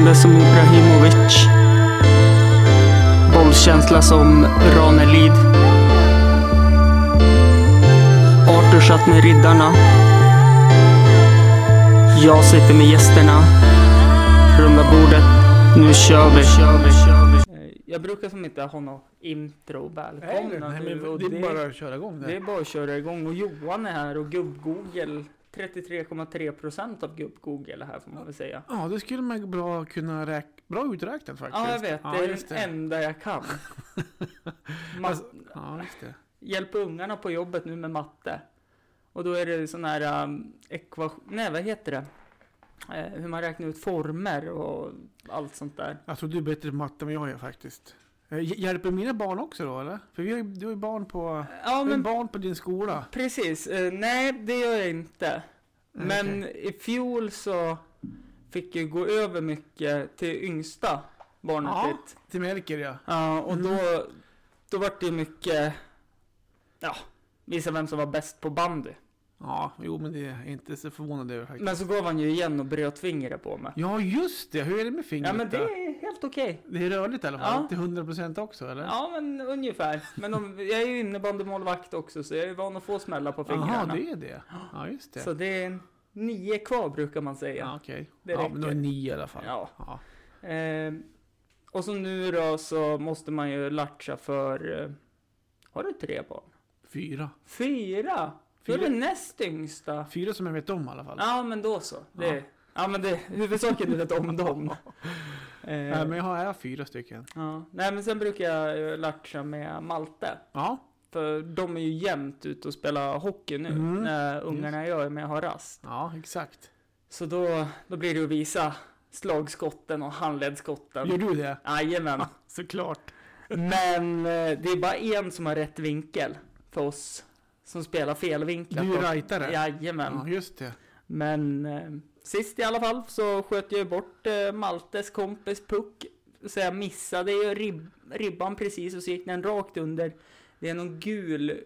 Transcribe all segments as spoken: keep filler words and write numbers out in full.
Dribblande som Ibrahimovic. Bollkänsla som Ranelid. Arthur satt med riddarna. Jag sitter med gästerna. Runda bordet. Nu kör vi. Jag brukar som inte ha något intro. Välkomna. Nej, nej, men det är det, bara att köra igång det. Det är bara att köra igång. Och Johan är här och gubb-Google. trettiotre komma tre procent av gubb-Google här får man väl säga. Ja, det skulle man bra kunna räkna. Bra uträknat faktiskt. Ja, jag vet. Ja, det är det. den enda jag kan. Ma- alltså, ja, just det. Hjälpa ungarna på jobbet nu med matte. Och då är det sån här um, ekvation... Nej, vad heter det? Eh, hur man räknar ut former och allt sånt där. Jag tror du är bättre på matte än jag är faktiskt. Eh, hjälper mina barn också då, eller? För vi har, du är barn på, ja, men, barn på din skola. Precis. Eh, nej, det gör jag inte. Men okay. I fjol så fick jag gå över mycket till yngsta barnet. Ja, till Melker, ja. Ja, och mm. då, då var det mycket, ja, visa vem som var bäst på bandy. Ja, jo, men det är inte så förvånande över faktiskt. Men så gav han ju igen och bröt fingret på mig. Ja, just det. Hur är det med fingret? Ja, men det är helt okej. Okay. Det är rörligt i alla fall. Ja. Till hundra procent också, eller? Ja, men ungefär. Men om, jag är ju innebandymålvakt också, så jag är van att få smälla på fingrarna. Ja, det är det. Ja, just det. Så det är nio kvar brukar man säga. Ja, okej. Okay. Ja, men då är nio i alla fall. Ja. ja. Eh, och så nu då så måste man ju latcha för... Eh, har du tre barn? Fyra. Fyra? Fyra. Du är det näst yngsta. Fyra som jag vet om i alla fall. Ja, men då så. Det, ja. ja, men det huvudsaken du vet om dem. eh, Nej, men jag har, jag har fyra stycken. Ja. Nej, men sen brukar jag latcha med Malte. Ja. För de är ju jämt ute och spelar hockey nu. Mm. När ungarna yes. gör med har rast. Ja, exakt. Så då, då blir det att visa slagskotten och handledsskotten. Gör du det? Jajamän. Ja, såklart. Men det är bara en som har rätt vinkel för oss som spelar fel vinkel. Du är rightare? Jajamän. Ja, just det. Men eh, sist i alla fall så sköt jag bort eh, Maltes kompis puck. Så jag missade ju rib- ribban precis och så gick den rakt under. Det är någon gul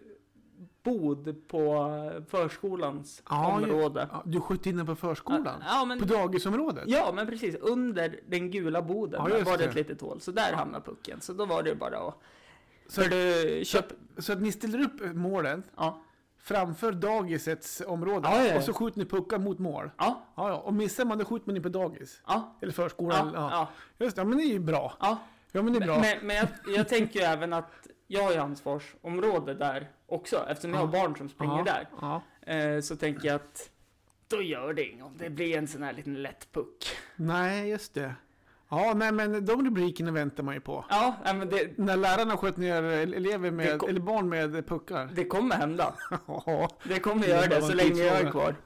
bod på förskolans ja, område. Ja, du sköt in den på förskolan? Ja, men, på dagisområdet? Ja, men precis. Under den gula boden ja, var det ett litet hål. Så där hamnade pucken. Så då var det bara att... Så, du köp... så, så att ni ställer upp målen ja. framför dagisets område ja, ja. och så skjuter ni puckar mot mål? Ja. Ja, ja. Och missar man, då skjuter man in på dagis? Ja. Eller förskolan? Ja. Ja. Ja. Just det, ja, men det är ju bra. Ja. Ja, men det är bra. Men, men jag, jag tänker ju även att jag har ju ansvarsområde där också. Eftersom jag ja. har barn som springer ja. där. Ja. Eh, så tänker jag att då gör det inget om det blir en sån här liten lätt puck. Nej, just det. Ja, nej, men de rubrikerna väntar man ju på. Ja, men det... När lärarna sköt ner elever med, kom, eller barn med puckar. Det kommer hända. ja. Det kommer göra det, det så länge jag är kvar.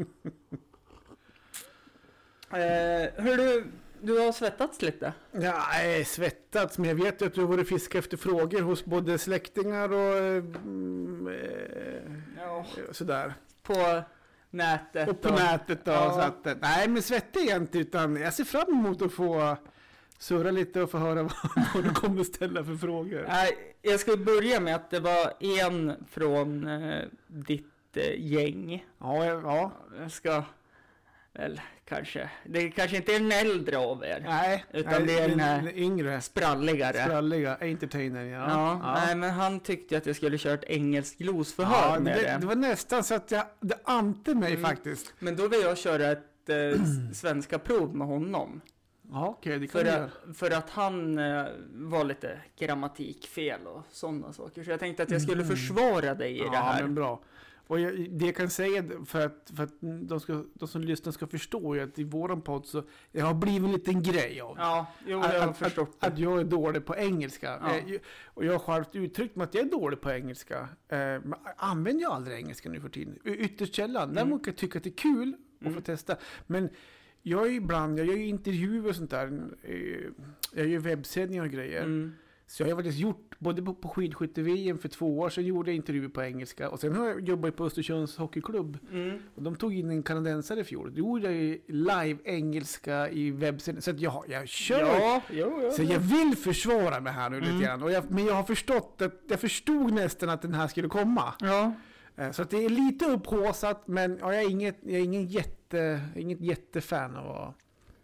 eh, hur du... Du har svettats lite? Ja, nej, svettats. Men jag vet ju att du har varit fiska efter frågor hos både släktingar och mm, eh, ja. sådär. På nätet. Och på och, nätet då. Ja. Så att, nej, men svettig jag inte, utan jag ser fram emot att få surra lite och få höra vad, vad du kommer ställa för frågor. Nej, jag ska börja med att det var en från eh, ditt eh, gäng. Ja, ja. Jag ska... Väl, kanske. Det kanske inte är en äldre av er. Nej. Utan nej, det är en den yngre. Spralligare. Spralliga, entertainer, ja. Ja, ja. Nej, men han tyckte att jag skulle köra ett engelskt glosförhör ja, med det. det. Det var nästan så att jag, det ante mig mm. faktiskt. Men då vill jag köra ett eh, svenska prov med honom. Ja, okej, okay, det kan för, du göra. För att han eh, var lite grammatikfel och sådana saker. Så jag tänkte att jag skulle mm. försvara dig i ja, det här. Ja, men bra. Och jag, det jag kan säga för att, för att de, ska, de som lyssnar ska förstå är att i våran podd så jag har blivit en liten grej av ja, jo, jag har att, förstått att, att jag är dålig på engelska. Ja. Eh, och jag har självt uttryckt mig att jag är dålig på engelska. Eh, men jag använder ju aldrig engelska nu för tiden. Ytterst källan. Mm. Däremot kan jag tycka att det är kul att mm. få testa. Men jag är ibland, jag gör ju intervjuer och sånt där. Jag gör webbsändningar och grejer. Mm. Så jag har faktiskt gjort, både på, på skidskytte-V M för två år sedan gjorde jag intervjuer på engelska. Och sen har jag jobbat på Östersunds hockeyklubb. Mm. Och de tog in en kanadensare i fjol. Då gjorde jag ju live engelska i webbsändning. Så att jag, jag kör. Ja, jo, jo, så jag vill försvara mig här nu mm. lite grann. Och jag, men jag har förstått att, jag förstod nästan att den här skulle komma. Ja. Så att det är lite upphåsat, men ja, jag är inget, jag är ingen jätte, inget jättefan av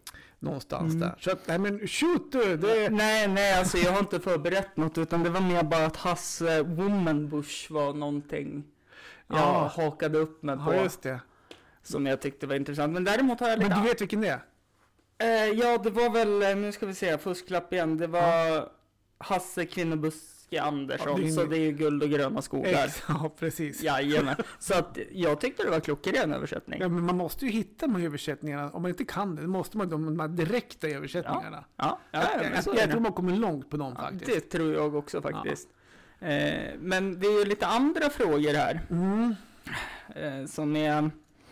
någonstans Mm. där. Så att, nej men shoot du! Det... Nej, nej, alltså jag har inte förberett något, utan det var mer bara att Hasse Womanbush var någonting jag Ja. hakade upp mig på, Ja, just det. som jag tyckte var intressant. Men däremot har jag lite... Men du vet vilken det är? Eh, ja, det var väl, eh, nu ska vi se, fusklapp igen. Det var Hasse Kvinnobuske Andersson, Ja, det är ingen- så det är ju guld och gröna skogar. Ex- Ja, precis. Jajamän. Så att jag tyckte det var klockren översättning. Ja, men man måste ju hitta de här översättningarna. Om man inte kan det, då måste man de, de här direkta översättningarna. Ja, ja, jag, men jag, så jag, är tror det. man kommer långt på dem Ja, faktiskt. det tror jag också faktiskt. Eh, men det är ju lite andra frågor här. Mm. Eh, som är...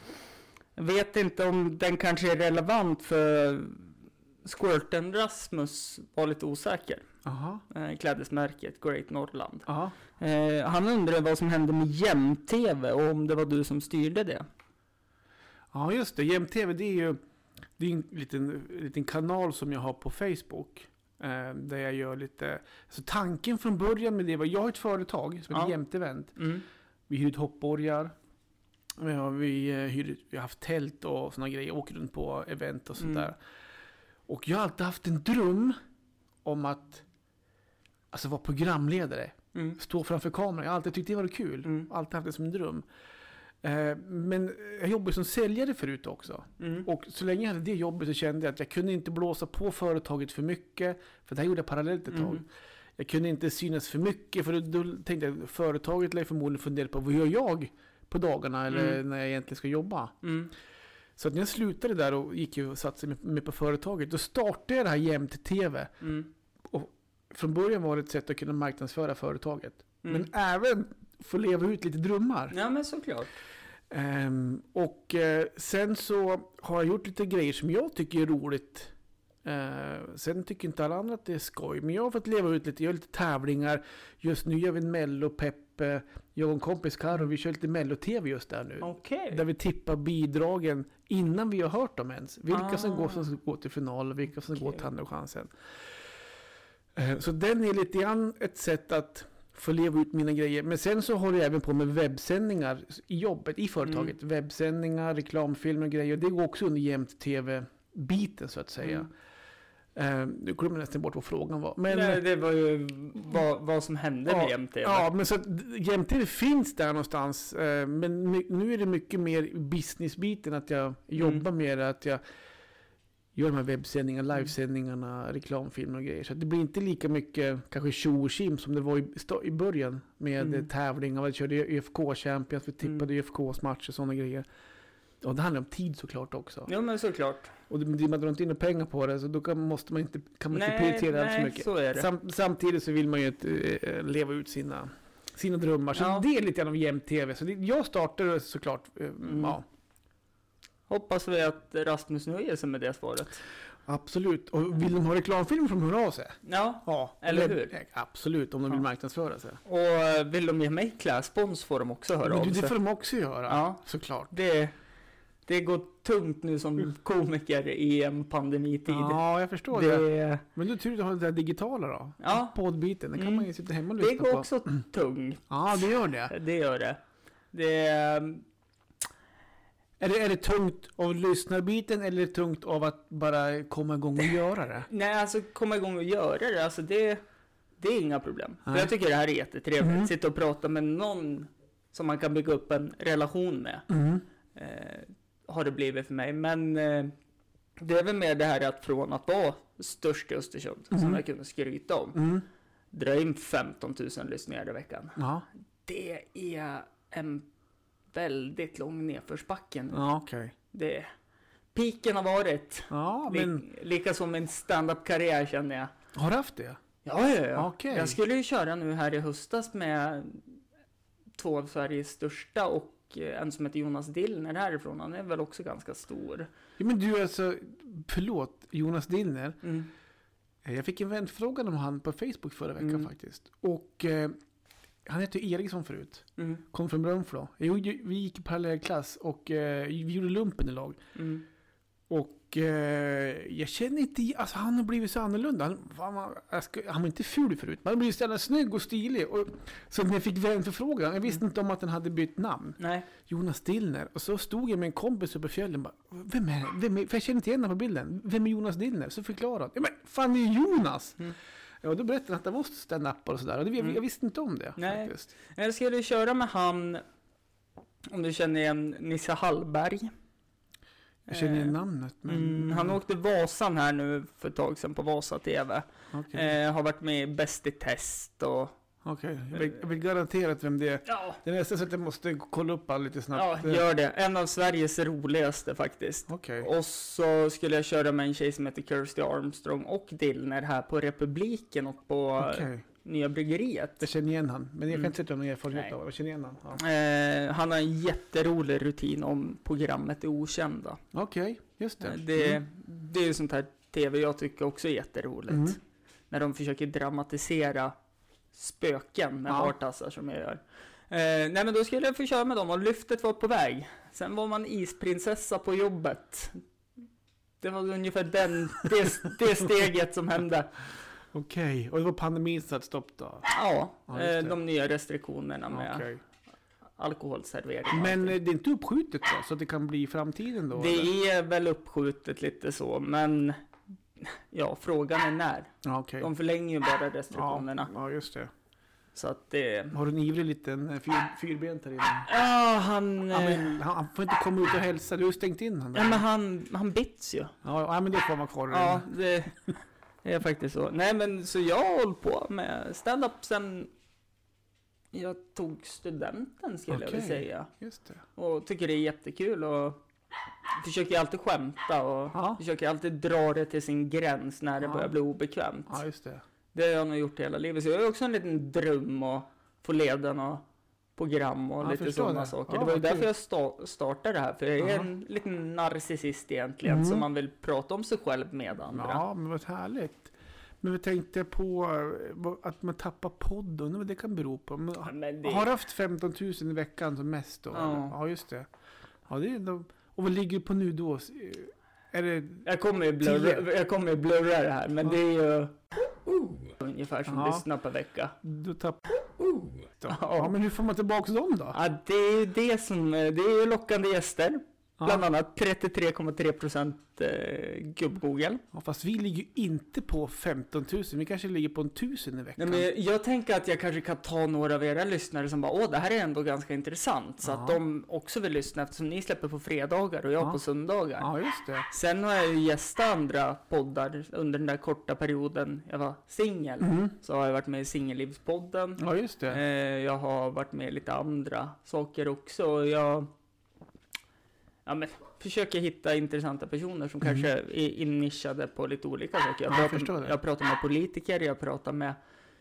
Jag vet inte om den kanske är relevant, för Squirten Rasmus var lite osäker. Aha. Eh, klädesmärket Great Norrland. Aha. Eh, han undrar vad som hände med Jäm-T V och om det var du som styrde det. Ja, just det. Jäm-T V, det är ju det är en liten, liten kanal som jag har på Facebook. Eh, där jag gör lite... Så tanken från början med det var... Jag har ett företag som heter Ja. Jämt-Event. Mm. Vi hyr ut hoppborgar. Vi har, vi, eh, hyr, vi har haft tält och såna grejer. Åker runt på event och sånt Mm. där. Och jag har alltid haft en dröm om att alltså vara programledare. Mm. Stå framför kameran. Jag har alltid tyckt det var kul. Mm. Alltid haft det som en dröm. Eh, men jag jobbade som säljare förut också. Mm. Och så länge jag hade det jobbet så kände jag att jag kunde inte blåsa på företaget för mycket. För det här gjorde jag parallellt ett tag. Mm. Jag kunde inte synas för mycket. För då, då tänkte jag att företaget lär förmodligen fundera på vad gör jag på dagarna eller Mm. när jag egentligen ska jobba. Mm. Så att när jag slutade där och gick och satte mig med på företaget, då startade jag det här Jämt-T V. Mm. Från början var det ett sätt att kunna marknadsföra företaget. Mm. Men även få leva ut lite drömmar. Ja, men såklart. Ehm, och eh, sen så har jag gjort lite grejer som jag tycker är roligt. Uh, sen tycker inte alla andra att det är skoj. Men jag har fått leva ut lite, göra lite tävlingar. Just nu gör vi en mello-pepp. eh, Jag och en kompis Karo, vi kör lite mello-tv just där nu. Okej. Där vi tippar bidragen innan vi har hört dem ens. Vilka Ah. som går som ska gå till final och vilka som Okej. går till andra chansen. Eh, Så den är lite grann ett sätt att få leva ut mina grejer. Men sen så håller jag även på med webbsändningar i jobbet, i företaget. Mm. Webbsändningar, reklamfilmer och grejer. Det går också under Jämt-T V-biten så att säga. Mm. Eh, Nu kommer jag nästan bort vad frågan var. Men, Nej, det var ju vad, vad som hände med Jäm-T V. Ja, men så att Jämt-T V finns där någonstans. eh, Men my- nu är det mycket mer businessbiten, att jag jobbar med att jag gör de här webbsändningarna, livesändningarna, reklamfilmer och grejer. Så att det blir inte lika mycket kanske tjo och tjim som det var i, sta- i början med Mm. mm. tävlingar. Vi körde Ö F K Champions, vi tippade Mm. Ö F K:s matcher och sådana grejer. Och det handlar om tid såklart också. Ja, men såklart. Och det, det- man drar inte in några pengar på det, så då kan, måste man inte, kan man inte Nej, prioritera allt för nej, mycket. så är det. Sam, samtidigt så vill man ju inte, eh, leva ut sina, sina drömmar. Så Ja. det är lite grann av Jämt-T V. Så det, jag startade såklart, eh, Mm. ja, Hoppas vi att Rasmus nöjer sig med det svaret. absolut. Och vill de ha reklamfilmer får de höra av sig. Ja, Ja, Eller det- hur? Absolut, om de vill Ja. marknadsföra sig. och eh, vill de ge mig klädspons får de också höra Men av du, det sig. får de också göra, Ja. såklart. Det, det går tungt nu som komiker i en pandemitid. Ja, jag förstår det. det, Men du tror du har det där digitala då? Ja. Poddbiten, den kan Mm. man ju sitta hemma och det lyssna går på. också tungt. Ja, det gör det. Det gör det. Det Är det, är det tungt av lyssnarbiten eller är det tungt av att bara komma igång och göra det? Nej, alltså komma igång och göra det, alltså det, det är inga problem. För Nej. jag tycker det här är jättetrevligt. Mm. Sitta och prata med någon som man kan bygga upp en relation med. Mm. Eh, har det blivit för mig. Men eh, det är väl mer det här att från att vara störst i Östersund, som Mm. jag kunde skryta om, Mm. dra in femton tusen lyssningar i veckan. Ja, Det är en väldigt lång nedförsbacke nu. ja okej. Det, piken har varit. Ja, Li, men lika som min stand-up-karriär känner jag. har du haft det? Ja, ja, ja. Okej. Jag skulle ju köra nu här i höstas med två av Sveriges största och eh, en som heter Jonas Dillner härifrån. Han är väl också ganska stor. Ja, men du alltså, förlåt, Jonas Dillner. Mm. Eh, Jag fick en vänförfrågan om han på Facebook förra veckan Mm. faktiskt. Och eh, han hette Eriksson förut. Mm. Kom från Brunflo. Jo, ju- vi gick i parallell klass och eh, vi gjorde lumpen i lag. Mm. Och eh, jag känner inte, alltså han har blivit så annorlunda. Han, fan, man, jag ska, han var inte ful förut, men han har blivit så jävla snygg och stilig. Och, så när jag fick en förfrågan, jag visste inte om att han hade bytt namn. Nej. Jonas Dillner. Och så stod jag med en kompis uppe i fjällen och bara, vem är det? Vem är, för jag känner inte igen honom på bilden. Vem är Jonas Dillner? Så förklarade han, ja men fan det är Jonas! Mm. Ja, då berättade han att det var stand-up och sådär. Och det, jag, jag visste inte om det. Nej. Faktiskt. Jag skulle köra med han, om du känner igen Nisse Hallberg. Jag känner igen namnet. Men... Mm, han åkte Vasan här nu för ett tag sedan på Vasa T V. Okay. Eh, har varit med i Bäst i test och... Okej, okay. jag, vill, jag vill garanterat vem det är. Ja. Det är nästan så att jag måste kolla upp all lite snabbt. Ja, gör det. En av Sveriges roligaste faktiskt. Okay. Och så skulle jag köra med en tjej som heter Kirsty Armstrong och Dillner här på Republiken och på okay. Nya Bryggeriet. Jag känner igen han, men jag kan mm. inte sätta någon erfarenhet av. Jag känner igen han. Ja. Eh, han har en jätterolig rutin om programmet är okända. Okej, okay. Just det. Eh, det, mm. det är ju sånt här tv jag tycker också är jätteroligt. Mm. När de försöker dramatisera spöken med ja. hartassar som jag gör. Eh, nej men då skulle jag få köra med dem och lyftet var på väg. Sen var man isprinsessa på jobbet. Det var ungefär den, det, det steget som hände. Okej, okay. Och det var pandemin satt stopp då? Ja, ja eh, de nya restriktionerna med okay. alkoholservering. Men det är inte uppskjutet då, så att det kan bli i framtiden då? Det eller? är väl uppskjutet lite så, men ja, frågan är när. Okay. De förlänger ju bara restriktionerna. Ja, ja just det. Så att det... Har du en ivrig liten fyr, fyrbent här inne? Ja, han... Ja, men, han får inte komma ut och hälsa, du har stängt in han där. Ja, men han, han bits ju. Ja, ja men då får man kvar. Ja, det, det är faktiskt så. Nej, men så jag har hållit på med stand-up sen jag tog studenten, skulle okay. jag vilja säga. Just det. Och tycker det är jättekul och försöker alltid skämta och ja. försöker alltid dra det till sin gräns när det ja. börjar bli obekvämt. Ja, just det. Det har jag nog gjort hela livet. Så jag har också en liten dröm att få leda något program och ja, lite sådana saker. Ja, det var ju därför jag sta- startade det här. För jag är ja. en liten narcissist egentligen. Mm. Som man vill prata om sig själv med andra. Ja, men vad härligt. Men vi tänkte på att man tappar podden. Vad det kan bero på. Men, ja, men det... Har du haft femton tusen i veckan som mest då? Ja, ja just det. Ja, det är då... Och vad ligger på nu då? Är det jag kommer ju blurra, jag kommer ju blurra det här. Men ja. det är ju... Uh, ungefär som ja. lyssnar per vecka. Du tappar... Uh, ja. ja, men hur får man tillbaka dem då? Ja, det är ju det som... Det är ju lockande gäster. Ja. Bland annat trettiotre komma tre procent eh, gubb-Google. Ja, fast vi ligger ju inte på femton tusen. Vi kanske ligger på en tusen i veckan. Nej, men jag tänker att jag kanske kan ta några av era lyssnare som bara, åh, det här är ändå ganska intressant. Så ja. att de också vill lyssna eftersom ni släpper på fredagar och jag ja. på söndagar. Ja, just det. Sen har jag ju gästat andra poddar under den där korta perioden jag var singel. Mm. Så har jag varit med i Singellivspodden. Ja, just det. Eh, jag har varit med i lite andra saker också. Jag... Ja, men försöker hitta intressanta personer som mm. kanske är innischade på lite olika saker. Jag, ja, pratar, jag, jag pratar med politiker, jag pratar med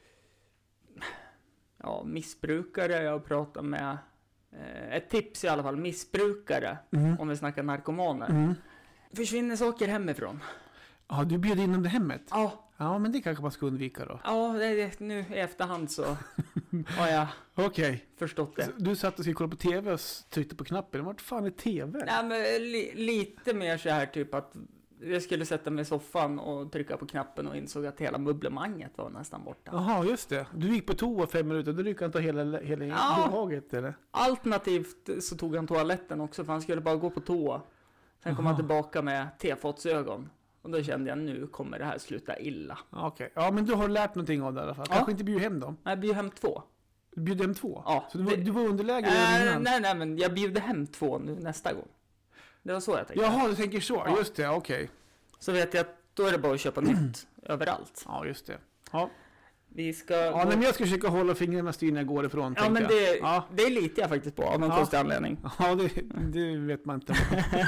ja, missbrukare, jag pratar med eh, ett tips i alla fall, missbrukare, mm. om vi snackar narkomaner. Mm. Försvinner saker hemifrån. Ja, du bjöd in dem i hemmet? Ja. Ja, men det kanske man ska undvika då. Ja, det är det. Nu i efterhand så har jag okay. förstått det. Så du satt och skulle kolla på tv och tryckte på knappen. Vart fan är tv? Nej, men li- lite mer så här typ att jag skulle sätta mig i soffan och trycka på knappen och insåg att hela möblemanget var nästan borta. Jaha, just det. Du gick på toa fem minuter, då lyckade han ta hela, hela ja. haget, eller? Alternativt så tog han toaletten också, för han skulle bara gå på toa. Sen kom Aha. han tillbaka med tefatsögon. Och då kände jag, nu kommer det här sluta illa. Okej, okay. Ja men du har lärt någonting av det i alla fall. Ja. Kanske inte bjuda hem dem? Nej, bjuda hem två. Du bjöd hem två? Ja. Så du var, du var underläge äh, innan? Nej, nej, men jag bjuder hem två nu nästa gång. Det var så jag tänkte. Jaha, du tänker så. Ja. Just det, okej. Okay. Så vet jag att då är det bara att köpa nytt överallt. Ja, just det. Ja. Vi ska ja, gå... men jag ska försöka hålla fingrarna styr när jag går ifrån. Ja, men det, ja. det litar jag faktiskt på av någon ja. konstig anledning. Ja, det, det vet man inte.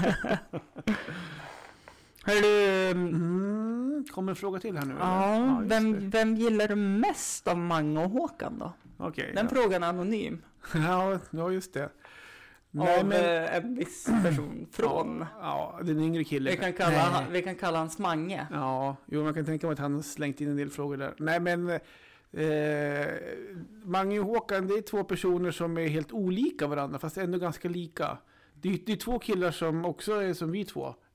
Hörru, mm, kommer en fråga till här nu? Ja, ja vem, vem gillar du mest av Mange och Håkan då? Okay, Den ja. frågan är anonym. Ja, ja just det. Av Nej, men... en viss person från... Ja, ja den yngre killen. Vi kan kalla, han, vi kan kalla hans Mange. Ja, jo, man kan tänka mig att han har slängt in en del frågor där. Nej, men eh, Mange och Håkan, det är två personer som är helt olika varandra, fast ändå ganska lika. Det är, det är två killar som också är som vi två.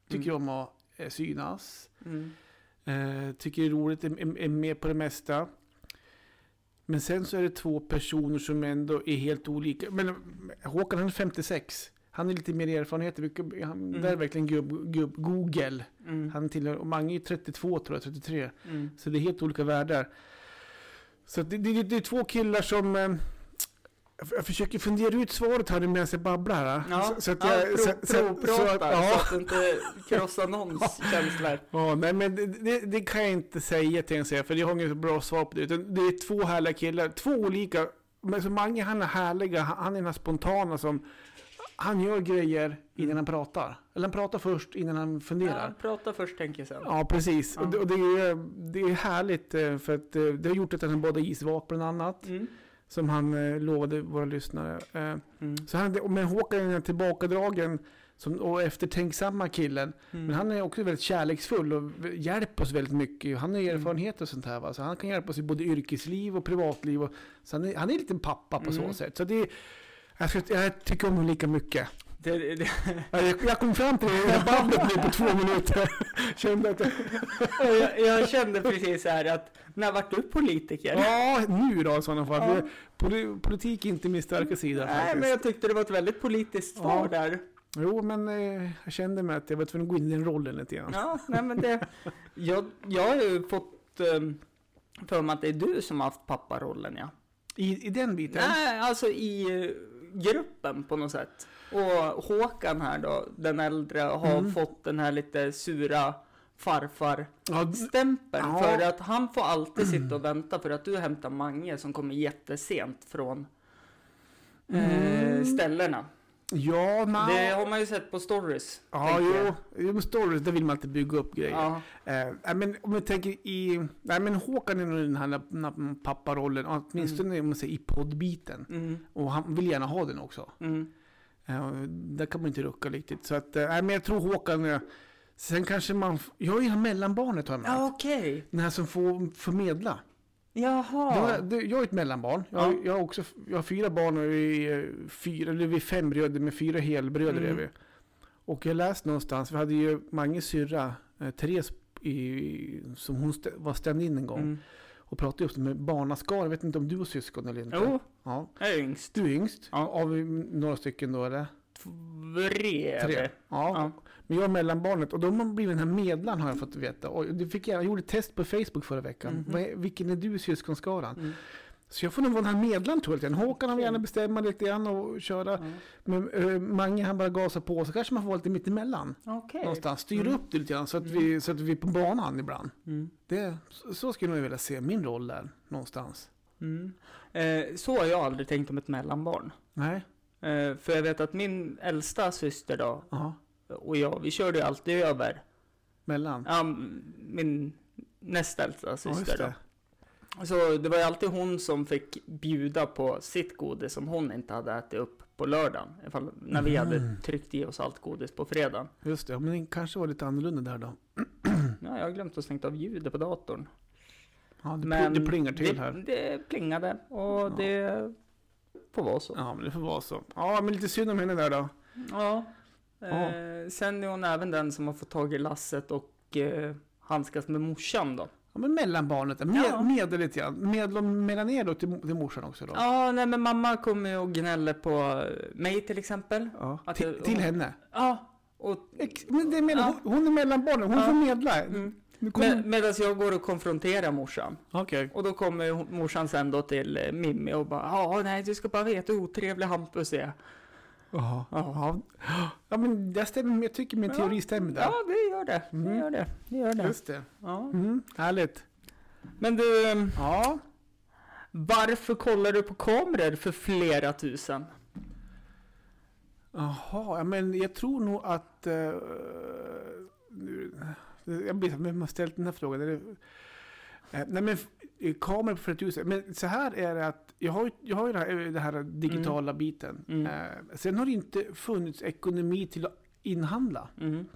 Tycker Mm. om att eh, synas. Mm. Eh, tycker det är roligt, är, är, är med på det mesta. Men sen så är det två personer som ändå är helt olika. Men Håkan, han är femtiosex. Han är lite mer erfarenhet. Han, Mm. Där är verkligen gubb, gubb, Google. Mm. Han tillhör, och Mange är trettiotvå tror jag, trettiotre. Mm. Så det är helt olika världar. Så det, det, det är två killar som... Eh, jag försöker fundera ut svaret här medan jag babblar. Ja, så, så att ja, jag... prov, så, så, provprata så, så, ja. att du inte krossar någons känslor. Ja, nej, men det, det, det kan jag inte säga till en säga, för jag har inget bra svar på det. Utan det är två härliga killar, två olika. Men så Mange, han är härliga, han, han är den här spontana som... Han gör grejer innan han pratar. Eller han pratar först innan han funderar. Ja, prata först, tänker jag sen. Ja, precis. Ja. Och, det, och det, är, det är härligt eh, för att eh, det har gjort att han badar isvak bland annat. Mm. Som han eh, lovade våra lyssnare. Eh, Mm. så han, men Håkan är den här tillbakadragen som, och eftertänksamma killen. Mm. Men han är också väldigt kärleksfull och hjälper oss väldigt mycket. Han har Mm. erfarenhet och sånt här. Va? Så han kan hjälpa oss i både yrkesliv och privatliv. Och, så han är, han är en liten pappa på Mm. så sätt. Så det är, jag, ska, jag tycker om honom lika mycket. Det, det, Ja, Jag, jag kom fram till det i bandet nu på två minuter. Kände att jag, jag, jag kände precis så här att, när vart du politiker? ja, nu då i sådana fall. Ja. Det- poli- Politik är inte min starka sida Nej, faktiskt. men jag tyckte det var ett väldigt politiskt svar Ja. där. Jo, men eh, jag kände mig att jag var tvungen att gå in i den rollen lite grann. Ja, nej men det... Jag, jag har ju fått um, för mig att det är du som har haft papparollen, ja. I, I den biten? Nej, alltså i uh, gruppen på något sätt. Och Håkan här då, den äldre, har Mm. fått den här lite sura farfar-stämpeln. Ja. För att han får alltid sitta och vänta för att du hämtar Mange som kommer jättesent från eh, Mm. ställena. Ja, na. Det har man ju sett på stories. Ja, tänker jag. jo. Jo, med stories, där vill man alltid bygga upp grejer. Ja. Eh, nej, men om jag tänker i... Nej, men Håkan är nog den här, den här papparollen, åtminstone om man säger i poddbiten. Mm, Och han vill gärna ha den också. mm, Eh, där kan man inte rucka riktigt. Så att, eh, nej, men jag tror Håkan... Eh, sen kanske man... Jag är ju det här mellanbarnet, har jag märkt. ja, okej. Den här som får förmedla. Jaha. Det var, det, jag är ett mellanbarn. Jag, Ja. jag, har också, jag har fyra barn och vi är, fyra, eller vi är fem bröder med fyra helbröder. Mm. Är vi. Och jag läste någonstans, vi hade ju Manges syrra, eh, Therese, i, som hon st- var stand-in en gång. Mm. Och pratade just med barnaskar. Jag vet inte om du har syskon eller inte. Jo, Ja. jag är yngst. Du är yngst. Ja. Av några stycken då, eller? Tre. Tre. Ja. Ja. Men jag är mellanbarnet. Och de har blivit den här medlaren, har jag fått veta. Och det fick jag, jag gjorde ett test på Facebook förra veckan. Mhm. Vad är, vilken är du i syskonskaran? Mm. Så jag får nog vara den här medlaren, tror jag. Håkan han vill gärna bestämma lite grann och köra. Ja. Men uh, Mange han bara gasar på, så kanske man får vara lite mitt emellan. Okej. Någonstans. Styra Mm. upp det lite grann så att, Mm. vi, så att vi är på banan ibland. Mm. Det, så, så skulle jag nog vilja se min roll där någonstans. Mm. Eh, så har jag aldrig tänkt om ett mellanbarn. Nej. Eh, för jag vet att min äldsta syster då, Ja. och jag, vi körde ju alltid över. Mellan. Ja, m- min näst äldsta Ja, just syster då. det. Så det var ju alltid hon som fick bjuda på sitt godis som hon inte hade ätit upp på lördagen. Ifall, när vi hade Mhm. tryckt i oss allt godis på fredagen. Just det. Men det kanske var lite annorlunda där då. Ja, jag har glömt att stänga av ljudet på datorn. Ja, det, Men det plingar till det, här. det plingade och Ja. det får vara så. Ja, men det får vara så. Ja, men lite synd om henne där då. Ja. Ja. Eh, sen är hon även den som har fått tag i lasset och eh, handskas med morsan då. Ja, men mellanbarnet. Med, Ja. Medel lite grann. Medel och mellan er då till, till morsan också då. Ja, nej men mamma kommer ju och gnäller på mig till exempel. Ja. Att Till, jag- till henne. Ja, och Ex- Men det är mellan, Ja. hon, hon är mellanbarnet. Hon Ja. får medla. mm, Nu kommer- med, medan jag går och konfronterar morsan. Okej. Och då kommer hon- morsan sen då till eh, Mimmi och bara ja, nej du ska bara veta hur otrevlig Hampus är. Jaha. Ja. Ja. Ja, men det stämmer. Jag tycker min Ja. teori stämmer där. Ja, det gör det. Det Mm. gör det. Det gör det. Just det. Ja. Mm. Härligt. Men du, eh, Ja. varför kollar du på kameror för flera tusen? Jaha, ja, men jag tror nog att... Uh, nu, jag vet inte vem har ställt den här frågan. Är det, eh, nej men eh, kameror på flera tusen. Men så här är det att jag har ju, jag har ju det här, det här digitala biten. Mm. Eh, sen har det inte funnits ekonomi till att inhandla Mm.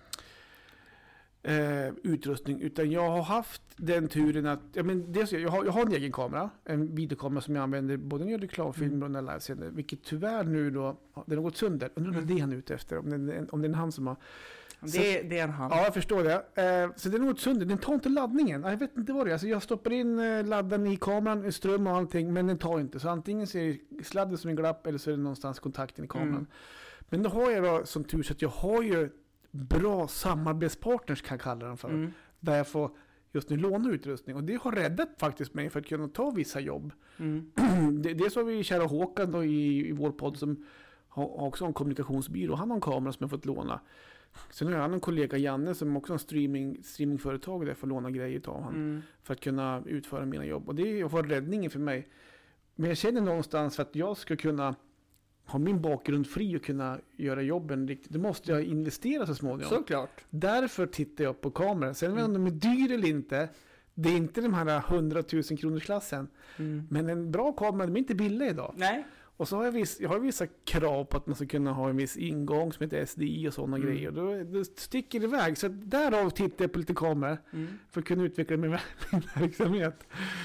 eh, utrustning. Utan jag har haft den turen att... Ja, men dels, jag, har, jag har en egen kamera. En videokamera som jag använder både när jag gör reklamfilmer Mm. och när jag livesänder. Vilket tyvärr nu då... Den har gått sönder. Undrar om det är det han är ute efter. Om det, är- om det är han som har Det, Så, det är en hand. ja, jag förstår det. Eh, så det är nog ett sönder. Den tar inte laddningen. Jag vet inte vad det är. Alltså jag stoppar in eh, ladden i kameran, ström och allting, men den tar inte. Så antingen så är det sladden som en glapp eller så är det någonstans kontakten i kameran. Mm. Men då har jag då som tur så att jag har ju bra samarbetspartners kan jag kalla dem för. Mm. Där jag får just nu låna utrustning. Och det har räddat faktiskt mig för att kunna ta vissa jobb. Mm. det, det så har vi kära Håkan då i, i vår podd som har också en kommunikationsbyrå. Han har en kamera som jag fått låna. Sen har jag en kollega Janne som också har en streaming, streamingföretag där jag får låna grejer av honom. Mm. För att kunna utföra mina jobb. Och det var räddningen för mig. Men jag känner någonstans för att jag ska kunna ha min bakgrund fri och kunna göra jobben riktigt. Då måste jag investera så småningom. Såklart. Därför tittar jag på kameran. Sen vet jag om de är dyr eller inte. Det är inte de här hundratusen kronors klassen. Mm. Men en bra kamera, de är inte billiga idag. Nej. Och så har jag, viss, jag har vissa krav på att man ska kunna ha en viss ingång som heter S D I och sådana Mm. grejer. Då, då sticker det iväg. Så därav tittar jag på lite kameror Mm. för att kunna utveckla min, min verksamhet.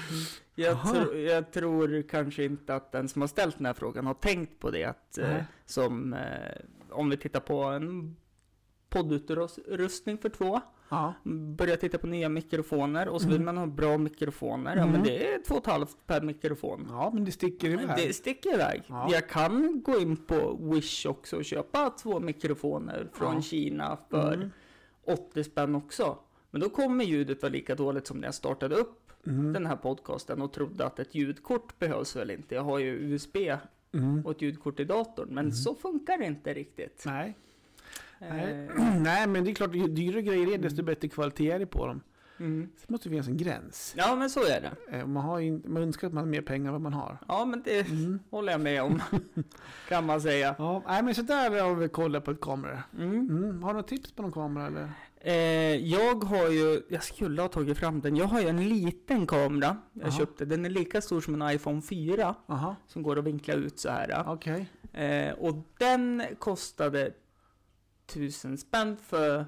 Jag, Aha. tro, jag tror kanske inte att den som har ställt den här frågan har tänkt på det. Att, eh, Nej. som, eh, om vi tittar på en poddutrustning för två. Ja. Börja titta på nya mikrofoner. Och så vill Mm. man ha bra mikrofoner. Ja, Mm. men det är två och ett halvt per mikrofon. ja, men det sticker iväg. Det sticker iväg. Ja. Jag kan gå in på Wish också och köpa två mikrofoner från Ja. Kina för Mm. åttio spänn också. Men då kommer ljudet vara lika dåligt som när jag startade upp Mm. den här podcasten och trodde att ett ljudkort behövs väl inte. Jag har ju U S B Mm. och ett ljudkort i datorn, men Mm. så funkar det inte riktigt. Nej. Nej. Eh, Nej, men det är klart, ju dyrare grejer är desto bättre kvalitet är det på dem. mm. Så måste det finnas en gräns. Ja, men så är det. Eh, Man, har in, man önskar att man har mer pengar än vad man har. Ja, men det Mm. håller jag med om, kan man säga. Ja, nej, men så där har vi kollat på ett kamera. Mm. Mm. Har du något tips på någon kamera eller? Eh, jag har ju, jag skulle ha tagit fram den, jag har ju en liten kamera jag Aha. köpte, den är lika stor som en iPhone fyra Aha, som går att vinkla ut så här. okej. Eh, och den kostade tusen spänn för,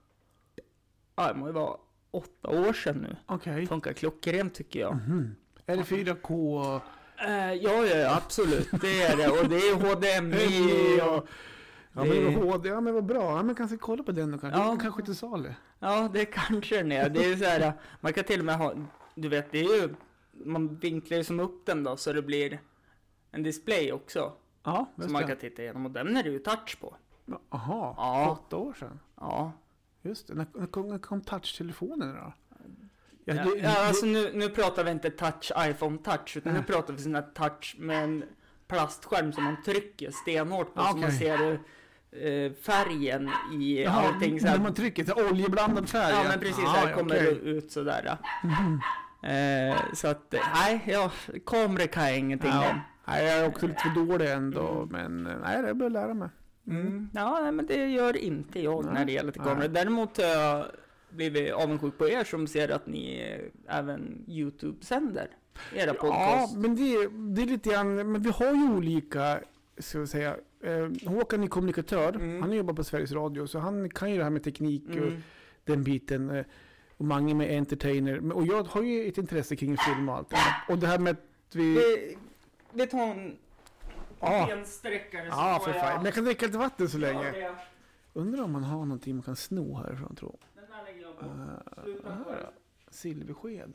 ja det må ju vara åtta år sedan nu. Okej. Funkar klockrent tycker jag. Mhm. Är det fyra K och... Eh, ja, ja, absolut, det är det. Och det är H D M I och... Ja, men det var H D, ja men vad bra. Ja, men kanske kolla på den då kanske. Ja. Den kanske inte salu. Ja, det kanske den är. Det är ju så här, man kan till och med ha, du vet, det är ju, man vinklar ju som upp den då så det blir en display också. Ja, Som just man det. kan titta igenom och den är det ju touch på. Jaha, Ja. åtta år sedan. Ja. Just det. När, när kom, när kom touchtelefonen då? Ja, Ja, det- ja, alltså det- nu, nu pratar vi inte touch, iPhone touch, utan nu Nej. pratar vi sån här touch med en plastskärm som man trycker stenhårt på Ah, så man okej. ser eh, färgen i Jaha, allting så här. när man trycker till oljeblandad färg. Ja, men precis, Ah, här ja, kommer okej. det ut sådär. Mhm. Eh, så att, eh, nej, ja, kameror kan jag ingenting Ja. om. Nej, jag är också lite för dålig ändå, Mm. men eh, nej, det bör lära mig. Mm. Ja, nej, men det gör inte jag Nej. när det gäller till Nej. kameror. Däremot har jag blivit avundsjuk på er som ser att ni eh, även YouTube-sänder era Ja, podcast. men det, det är lite grann, men vi har ju olika, ska vi säga, eh, Håkan är kommunikatör, Mm. han jobbar på Sveriges Radio, så han kan ju det här med teknik och Mm. den biten. eh, Och Mange med entertainer. Men- Och jag har ju ett intresse kring film och allt det här. Och det här med att vi... Vi, vi tar en Ja, bensträckare så ja får för jag... fan. Men jag kan dricka lite vatten så Ja, länge. det- Undrar om man har någonting man kan sno härifrån, tror Den där lägger jag på. jag. Sluta Uh, själv. silversked.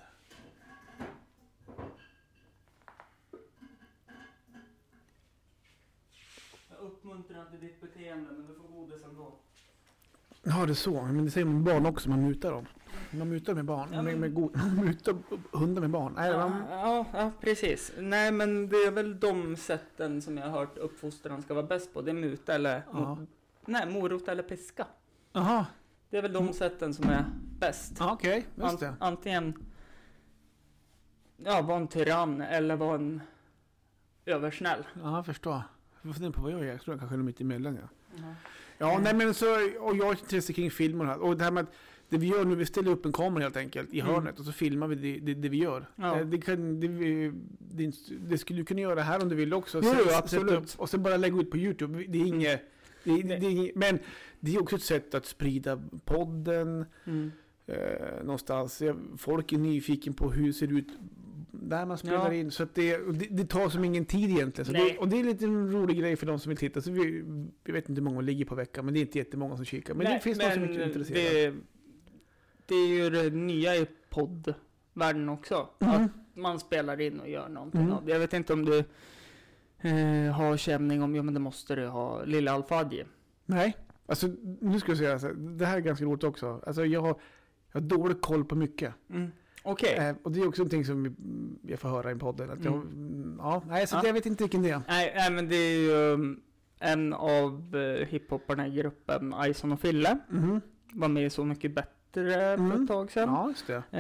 Jag uppmuntrar inte ditt beteende, men du får godis ändå. Ja, det är så. Men det säger man med barn också, man mutar dem. Man mutar med barn. Ja, med, men- med god, man mutar hundar med barn. Nej, Ja, man, ja, ja, precis. Nej, men det är väl de sätten som jag har hört uppfostran ska vara bäst på. Det är muta eller... Ja. Nej, morot eller piska. Aha, Det är väl de sätten som är bäst. ja, okej. Just An- det. antingen ja, vara en tyrann eller vara en översnäll. Ja, jag förstår. Jag får fundera på vad jag är. Jag tror jag kanske är mitt emellan, ja. Mm. Ja, nej men så, och jag har ett intresse kring film och det här. Och det här med att det vi gör nu, vi ställer upp en kamera helt enkelt i Mm. hörnet och så filmar vi det, det, det vi gör. Ja. Eh, Det, kan, det, vi- det, det skulle du kunna göra här om du vill också. Jo, Sätt- jo, sätta absolut. Upp, och sen bara lägga ut på YouTube. Det är inget... Det, det, det är inget men det är också ett sätt att sprida podden Mm. eh, någonstans. Jag- Folk är nyfiken på hur det ser ut där man spelar Ja. in. Så att det, och det, det tar som ingen tid egentligen. Så Nej. det, och det är lite en rolig grej för de som vill titta. Så vi, vi vet inte hur många ligger på veckan, men det är inte jättemånga som kikar. Men Nej, det finns någon som är intresserad. det, det är ju det nya i poddvärlden också. Mm. Att man spelar in och gör någonting Mm. av det. Jag vet inte om du eh, har känning om, ja men det måste du ha, Lilla Alfadji. Nej, alltså nu ska jag säga, alltså, det här är ganska roligt också. Alltså jag har, jag har dålig koll på mycket. Mm. Okej. Eh, och det är också någonting som jag får höra i podden. Att jag, Mm. ja, nej, så Ja. Det, jag vet inte vilken det är. Nej, nej, men det är ju um, en av uh, hiphopparna i gruppen Ison och Fille. Mhm. Var med i Så mycket bättre för Mm. ett tag sedan. Ja, just det.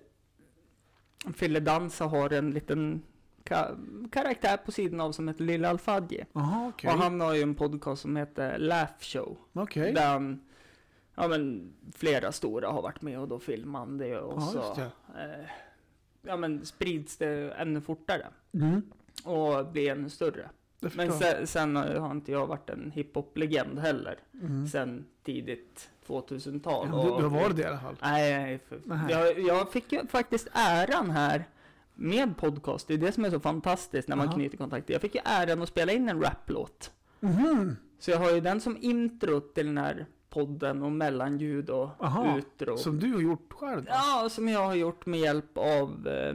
Eh, Fille Dansa har en liten ka- karaktär på sidan av som heter Lilla Alfadji. Jaha, okej. Och han har ju en podcast som heter Laugh Show. Okej. Där han, ja men flera stora har varit med och då filmar han det och Ja, så just det. eh, ja men sprids det ännu fortare Mm. och blir ännu större. Jag Men förstår. sen, sen har inte jag varit en hiphop-legend heller. Mm. Sen tidigt tvåtusental. Ja, du, du har varit det i alla fall. Nej, nej för, Nej. jag, jag fick ju faktiskt äran här med podcast. Det är det som är så fantastiskt när man Aha. knyter kontakt. Jag fick ju äran att spela in en raplåt. Mhm. Så jag har ju den som intro till den här podden och mellanljud och Aha, utro. Som du har gjort själv då? Ja, som jag har gjort med hjälp av eh,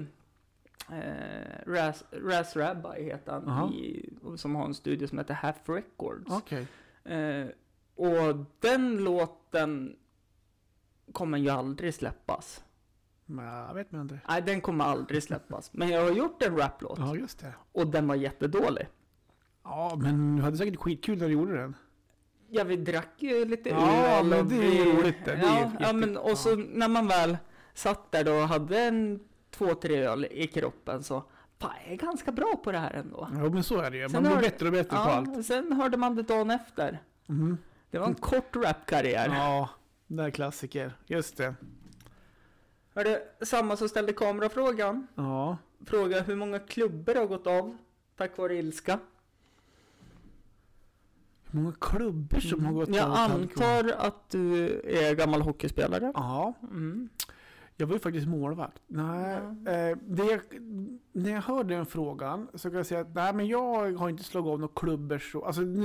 eh, Raz, Raz Rabbi heter han. Aha. I, som har en studio som heter Half Records. Okej. Eh, och den låten kommer ju aldrig släppas. Men jag vet inte. Nej, den kommer aldrig släppas. Men jag har gjort en raplåt. Ja, just det. Och den var jättedålig. Ja, men du hade säkert skitkul när du gjorde den. Ja, vi drack ju lite Ja, öl. men och det är vi, ju roligt det. Det är Ja, jätte- ja, men och så ja. när man väl satt där då och hade en två, tre öl i kroppen så fan, jag är ganska bra på det här ändå. Ja, men så är det ju. Man Sen blir har- bättre och bättre på allt. Ja, sen hörde man det dagen efter. Mhm. Det var en kort rapkarriär. Ja, det är klassiker. Just det. Hörde, samma som ställde kamerafrågan. Ja. Fråga hur många klubbar har gått av tack vare ilska. Hur många klubbor som har gått Jag av tack vare- antar att du är gammal hockeyspelare. Ja, Mm. jag var ju faktiskt målvakt. Nej, eh, det, när jag hörde den frågan så kan jag säga att nej, men jag har inte slagit av några klubbor så. Alltså, nu,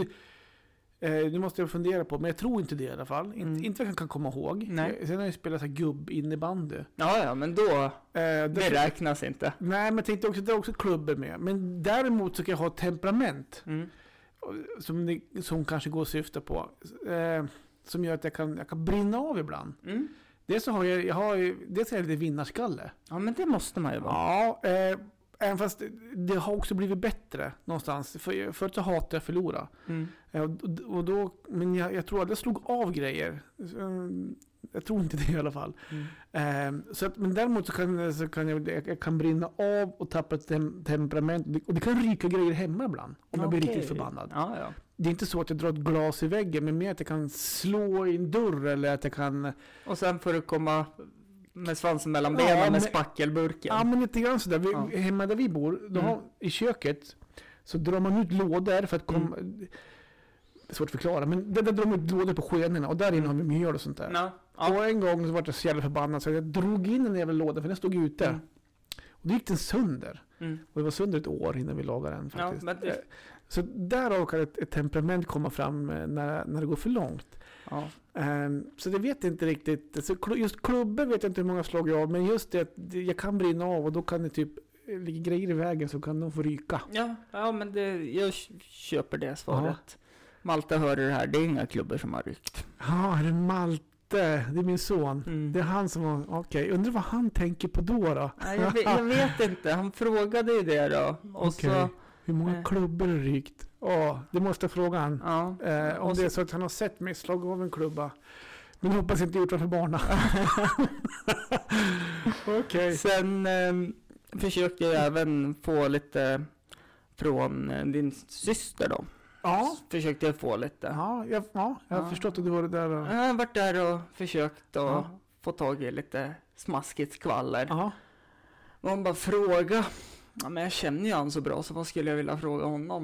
eh, nu måste jag fundera på, men jag tror inte det i alla fall. Mm. Inte, inte vad jag kan komma ihåg. Nej. Eh, Sen har jag spelat så här gubb innebandy. Ja, ja, men då, Eh, det där- räknas inte. Nej, men jag tänkte också att det är också klubbor med. Men däremot så kan jag ha ett temperament Mm. som, ni, som kanske går att syfta på. Eh, som gör att jag kan, jag kan brinna av ibland. Mm. Dels så har jag, jag har ju, dels är jag lite vinnarskalle. Ja, men det måste man ju vara. Ja, eh, även fast det, det har också blivit bättre någonstans. För, förut så hatade jag att förlora. Mm. Eh, och, och då, men jag, jag tror att jag slog av grejer. Så, jag tror inte det i alla fall. Mm. Eh, så att, men däremot så kan, så kan jag, jag, jag kan brinna av och tappa ett tem, temperament. Och det kan ryka grejer hemma ibland. Om jag blir Okej. riktigt förbannad. Ja, ja. Det är inte så att jag drar ett glas i väggen, men mer att jag kan slå i en dörr eller att jag kan... Och sen får du komma med svansen mellan Ja, benen men- med spackelburken. Ja, men lite grann sådär. Vi, Ja. Hemma där vi bor, då Mm. har, i köket, så drar man ut lådor för att komma... Mm. Det är svårt att förklara, men där, där drar man ut lådor på skenorna och där inne har vi mjöl och sånt där. Ja. Ja. Och en gång så var jag så jävla förbannad så jag drog in den jävla lådan för den stod ute. Mm. Och då gick den sönder. Mm. Och det var sönder ett år innan vi lagade den Ja, faktiskt. men det- Eh, Så därav kan ett, ett temperament komma fram eh, när, när det går för långt. Ja. Um, så det vet jag inte riktigt. Så kl- just klubbor vet jag inte hur många slag jag har. Men just det att det- jag kan brinna av och då kan det typ eh, ligga grejer i vägen så kan de få ryka. Ja, ja, men det, jag köper det svaret. Malte hör det här, det är inga klubbor som har ryckt. Ja, är det Malte? Det är min son. Mm. Det är han som har... Okej, undrar vad han tänker på då då? Nej, jag, vet, jag vet inte, han frågade ju det då. Och Okej. så, Hur många Eh. klubbor har rykt? Ja, det måste jag fråga han. ja. Eh, om Och det är så- så att han har sett mig slå av en klubba. Men jag hoppas inte gjort det för barna. Okej. Sen eh, försökte jag även få lite från eh, din syster då. Ja, Försökte jag få lite. ja, jag, ja, jag har Ja. förstått att du var det där. Och... Jag har varit där och försökt att Ja. få tag i lite smaskigt skvaller. Ja. Och hon bara fråga. Ja, men jag känner ju han så bra så vad skulle jag vilja fråga honom?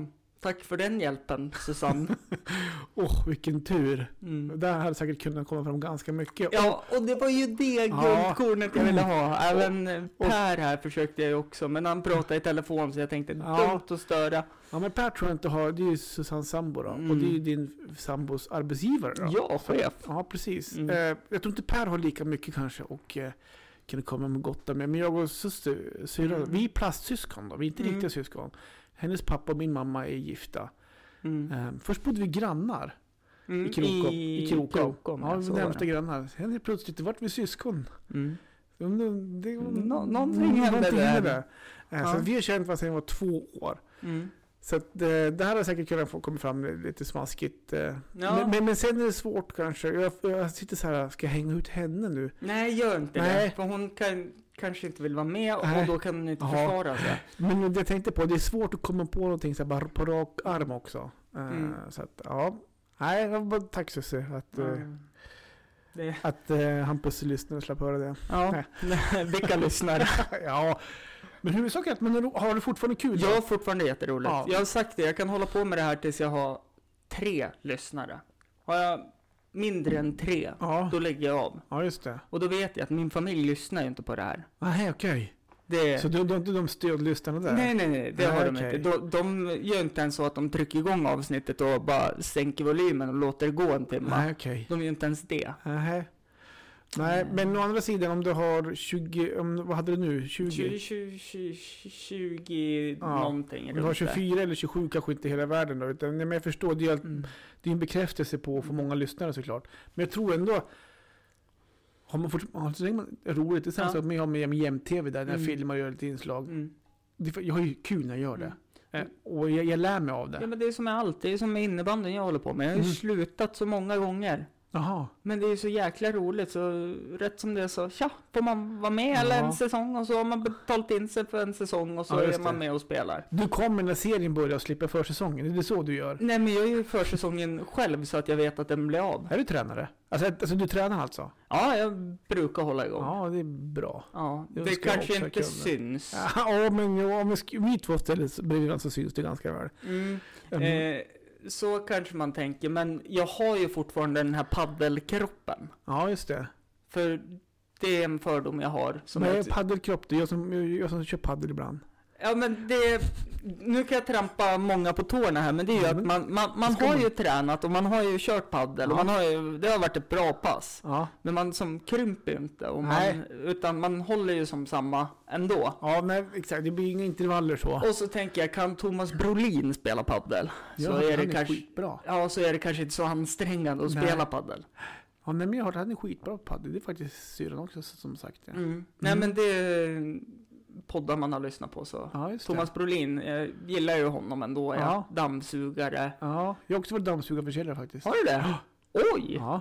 Tack för den hjälpen, Susanne. Åh, oh, vilken tur. Mm. Där hade säkert kunnat komma fram ganska mycket. Ja, och det var ju det guldkornet jag ville ha. Även och, Per här försökte jag ju också, men han pratade i telefon så jag tänkte ja. dumt att störa. Ja, men Per tror jag inte har, det är ju Susanne sambo då. Mm. Och det är ju din sambos arbetsgivare då. Ja, chef. Ja, precis. Mm. Eh, jag tror inte Per har lika mycket kanske och eh, kan komma med gott med. Men jag och syster, syra, Mm. vi är plastsyskon då. Vi är inte Mm. riktiga syskon. Hennes pappa och min mamma är gifta. Mm. Eh, först bodde vi grannar. Mm. I Krokom. I, I Krokom. Krokom Ja, vi så var var närmsta det. grannar. Sen är plötsligt vart vi syskon. Mm. Det, det, Nå- någonting hände där. Eh, Ja. Så vi har känt varandra sedan jag var två år. Mm. Så att, eh, det här har säkert kunnat få komma fram lite smaskigt. Eh. Ja. Men, men, men sen är det svårt kanske. Jag, jag sitter så här, ska jag hänga ut henne nu? Nej, gör inte Nej. det. För hon kan, kanske inte vill vara med och Nej. då kan hon inte Ja. försvara sig. Men det jag tänkte på, det är svårt att komma på någonting så här, bara på rak arm också. Eh, Mm. Så att, ja. Nej, jag bara tack Susie att, eh, Mm. Det. att uh, Hampus lyssnar och slapp höra det. Ja, vilka lyssnar? Ja, men huvudsaken är att men har du fortfarande kul? Jag har fortfarande jätteroligt. Ja. Jag har sagt det, jag kan hålla på med det här tills jag har tre lyssnare. Har jag mindre än tre, Ja. då lägger jag av. Ja, just det. Och då vet jag att min familj lyssnar ju inte på det här. Nej, okej. Det... Så du, du har inte de stödlyssnarna där? Nej, nej, nej, det Nej, har de okej. inte. De, de gör inte ens så att de trycker igång avsnittet och bara sänker volymen och låter det gå en timme. Nej, okej. De gör inte ens det. Nej. Nej, Mm. men å andra sidan om du har tjugo, om, vad hade du nu? tjugo? tjugo, tjugo, tjugo, tjugo Ja. någonting. Om du har runt där. tjugofyra eller tjugosju kanske inte hela världen då. Utan, men jag förstår, det är, allt- Mm. det är en bekräftelse på för många lyssnare såklart. Men jag tror ändå, har man fått, har så länge man är roligt, det är samma Ja. sak med jag har med, med jämt-tv där, när jag Mm. filmar och gör lite inslag. Mm. Det, är för- jag har ju kul när jag gör det. Mm. Eh, och jag, jag lär mig av det. Ja, men det är som med allt. Det är som med innebandyn jag håller på med. Jag har ju Mm. slutat så många gånger. Jaha. Men det är så jäkla roligt, så rätt som det är så, tja, får man vara med eller Ja. en säsong och så har man betalt in sig för en säsong och så Ja, just är man det. med och spelar. Du kommer när serien börjar och slipper försäsongen, är det så du gör? Nej, men jag är ju försäsongen själv så att jag vet att den blir av. Är du tränare? Alltså, alltså du tränar alltså? Ja, jag brukar hålla igång. Ja, Ja, det är bra. det, Det ska jag kanske också inte kunna. syns. Ja, men ja, om vi sk- vi två ställer så bredvid varandra så syns det ganska väl. Mm. Mm. Eh, så kanske man tänker, men jag har ju fortfarande den här paddelkroppen. Ja, just det. För det är en fördom jag har. Som Men jag, paddelkropp, det är jag som, jag, jag som kör paddel ibland. ja, men det, nu kan jag trampa många på tårna här, men det är ju Ja, att men- man, man, man ska har man. ju tränat och man har ju kört paddel och Ja. man har ju, det har varit ett bra pass. Ja. Men man som krymper ju inte, och Nej. man, utan man håller ju som samma ändå. Ja, nej, exakt. Det blir inga intervaller så. Och så tänker jag, kan Thomas Brolin spela paddel? Ja, så är han det är kanske, skitbra. ja, så är det kanske inte så ansträngande att Nej. spela paddel. Ja, nej, men jag har hört att han är skitbra på paddel. Det är faktiskt syrran också som sagt. Ja, Mm. Nej, men det är poddar man har lyssnat på så. ja just Thomas det. Brolin, jag gillar ju honom ändå. Jag Ja. dammsugare. Ja, jag har också varit dammsugarförsäljare faktiskt. Har du det? Oj! Ja.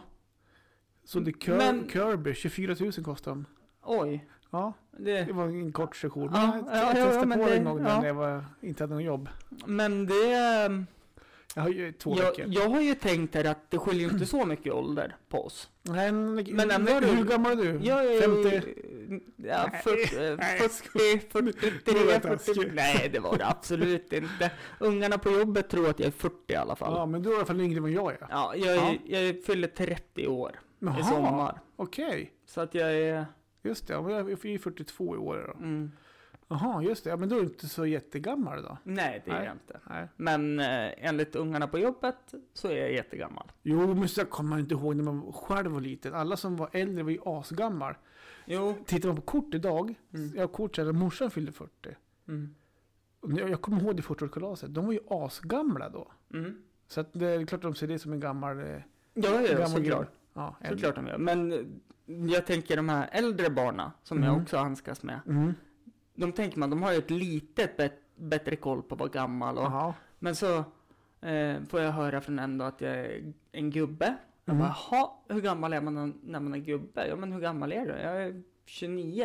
Så det Kir- Men- Kirby, tjugofyra tusen kostar de. Oi. Ja, Det, det var en kort session. Ja, Men jag, ja, jag ja, testade men på det- en gång ja. när jag var, inte hade någon jobb. men det... Jag har ju två Jag, veckor. jag har ju tänkt här att det skiljer ju inte så mycket ålder på oss. Nej, men, Men ändå har du- hur gammal är du? Jag är... femtio? Ja, Nej, fyrtio, nej, fyrtio, Nu var fyrtiotre, jag fyrtio... taskig. Nej, det var det absolut inte. Ungarna på jobbet tror att jag är fyrtio i alla fall. Ja, men du är i alla fall yngre än vad jag är. Ja, jag, Ja. är, jag fyller trettio år Jaha, i sommar. okej. Så att jag är... Just det, ja, men jag är fyrtiotvå i år då. Mm, Jaha, just det. Ja, men då är du inte så jättegammal då. nej, det är Nej. jag inte. Nej. Men eh, enligt ungarna på jobbet så är jag jättegammal. Jo, men så kommer man inte ihåg när man själv var liten. Alla som var äldre var ju asgammal. Jo. Tittar man på kort idag, Mm. jag har kort så här, morsan fyllde fyrtio. Mm. Och jag, jag kommer ihåg det fyrtioårskalaset. De var ju asgamla då. Mm. Så att det är klart de ser det som en gammal... eh, Ja, ja, gammal såklart. Ja, äldre. Såklart de gör. Men eh, jag tänker de här äldre barnen som Mm. jag också handskas med. Mm. De tänker man, de har ju ett litet bet- bättre koll på att vara gammal. Och, Jaha. men så eh, får jag höra från en då att jag är en gubbe. Jag Mm. bara, jaha, hur gammal är man när man är gubbe? Ja, men hur gammal är du? Jag är tjugonio.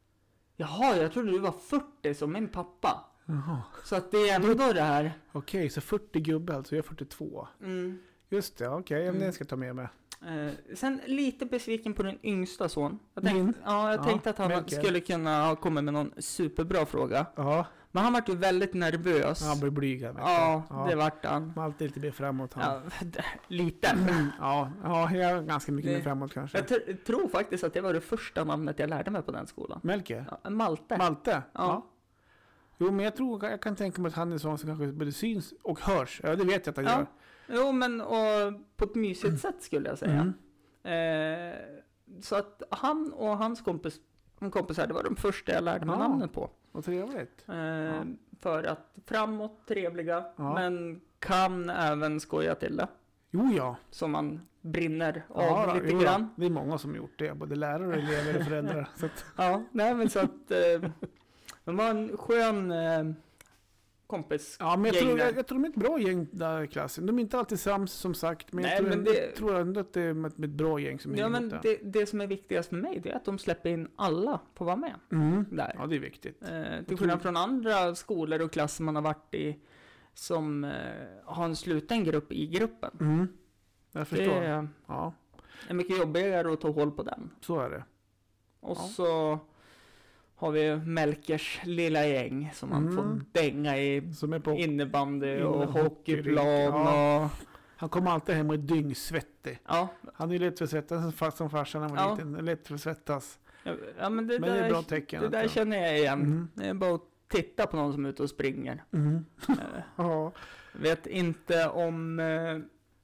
Jaha, jag trodde du var fyrtio som min pappa. Jaha. Så att det är ändå det här. Okej, så fyrtio gubbe alltså. Jag är fyrtiotvå. Mm. Just det, okej. Okay, Mm. det ska jag ta med mig. Eh, sen lite besviken på den yngsta son. Jag tänkte, Min? ja, jag Ja, tänkte att han Melker. skulle kunna ha kommit med någon superbra fråga. Ja, Men han var ju väldigt nervös. han blir blyg. Ja, det vart han. Man alltid lite mer framåt. Han. Ja, d- lite. Mm, ja, ja, jag är ganska mycket Det- mer framåt kanske. Jag tr- tror faktiskt att det var det första namnet jag lärde mig på den skolan. Melker? Ja, Malte. Malte? Ja. Jo, men jag tror, jag kan tänka mig att han är sån som kanske både syns och hörs. Ja, det vet jag att han Ja. gör. Jo, men och på ett mysigt sätt skulle jag säga. Mm. Eh, så att han och hans kompis, en kompis här, det var de första jag lärde mig Ja. namnet på. Vad trevligt. Eh, Ja. För att framåt, trevliga, Ja. men kan även skoja till det. Jo, ja. Som man brinner av Ja, lite jo, ja. grann. Det är många som gjort det. Både lärare, elever och föräldrar. Så att, Ja, nej men så att eh, de var en skön eh, kompis. ja, men jag Gäng tror, där. jag, jag tror de är ett bra gäng där i klassen. De är inte alltid sams som sagt. Men, Nej, jag, tror, men ändå, det- jag tror ändå att det är med ett bra gäng som är Ja, ihop men där. det, det som är viktigast för mig det är att de släpper in alla på att vara med Mm. där. Ja, det är viktigt. Eh, till tror- skillnad från andra skolor och klasser man har varit i som eh, har en sluten grupp i gruppen. Mm. Jag förstår. Det är, Ja, är mycket jobbigare att ta håll på den. så är det. Och Ja. så har vi Melkers lilla gäng som man Mm. får dänga i Som är på, innebandy och Inne- hockeyplan Ja. och han kommer alltid hem och är dyngsvettig. ja, Han är ju lätt för att svettas som, som farsan när han var Ja. liten. Lätt för att svettas. ja men det Men det är där, ett bra tecken. det att där jag- känner jag igen. Mm. Det är bara att titta på någon som är ute och springer. Mm. Eh, Ja. Vet inte om eh,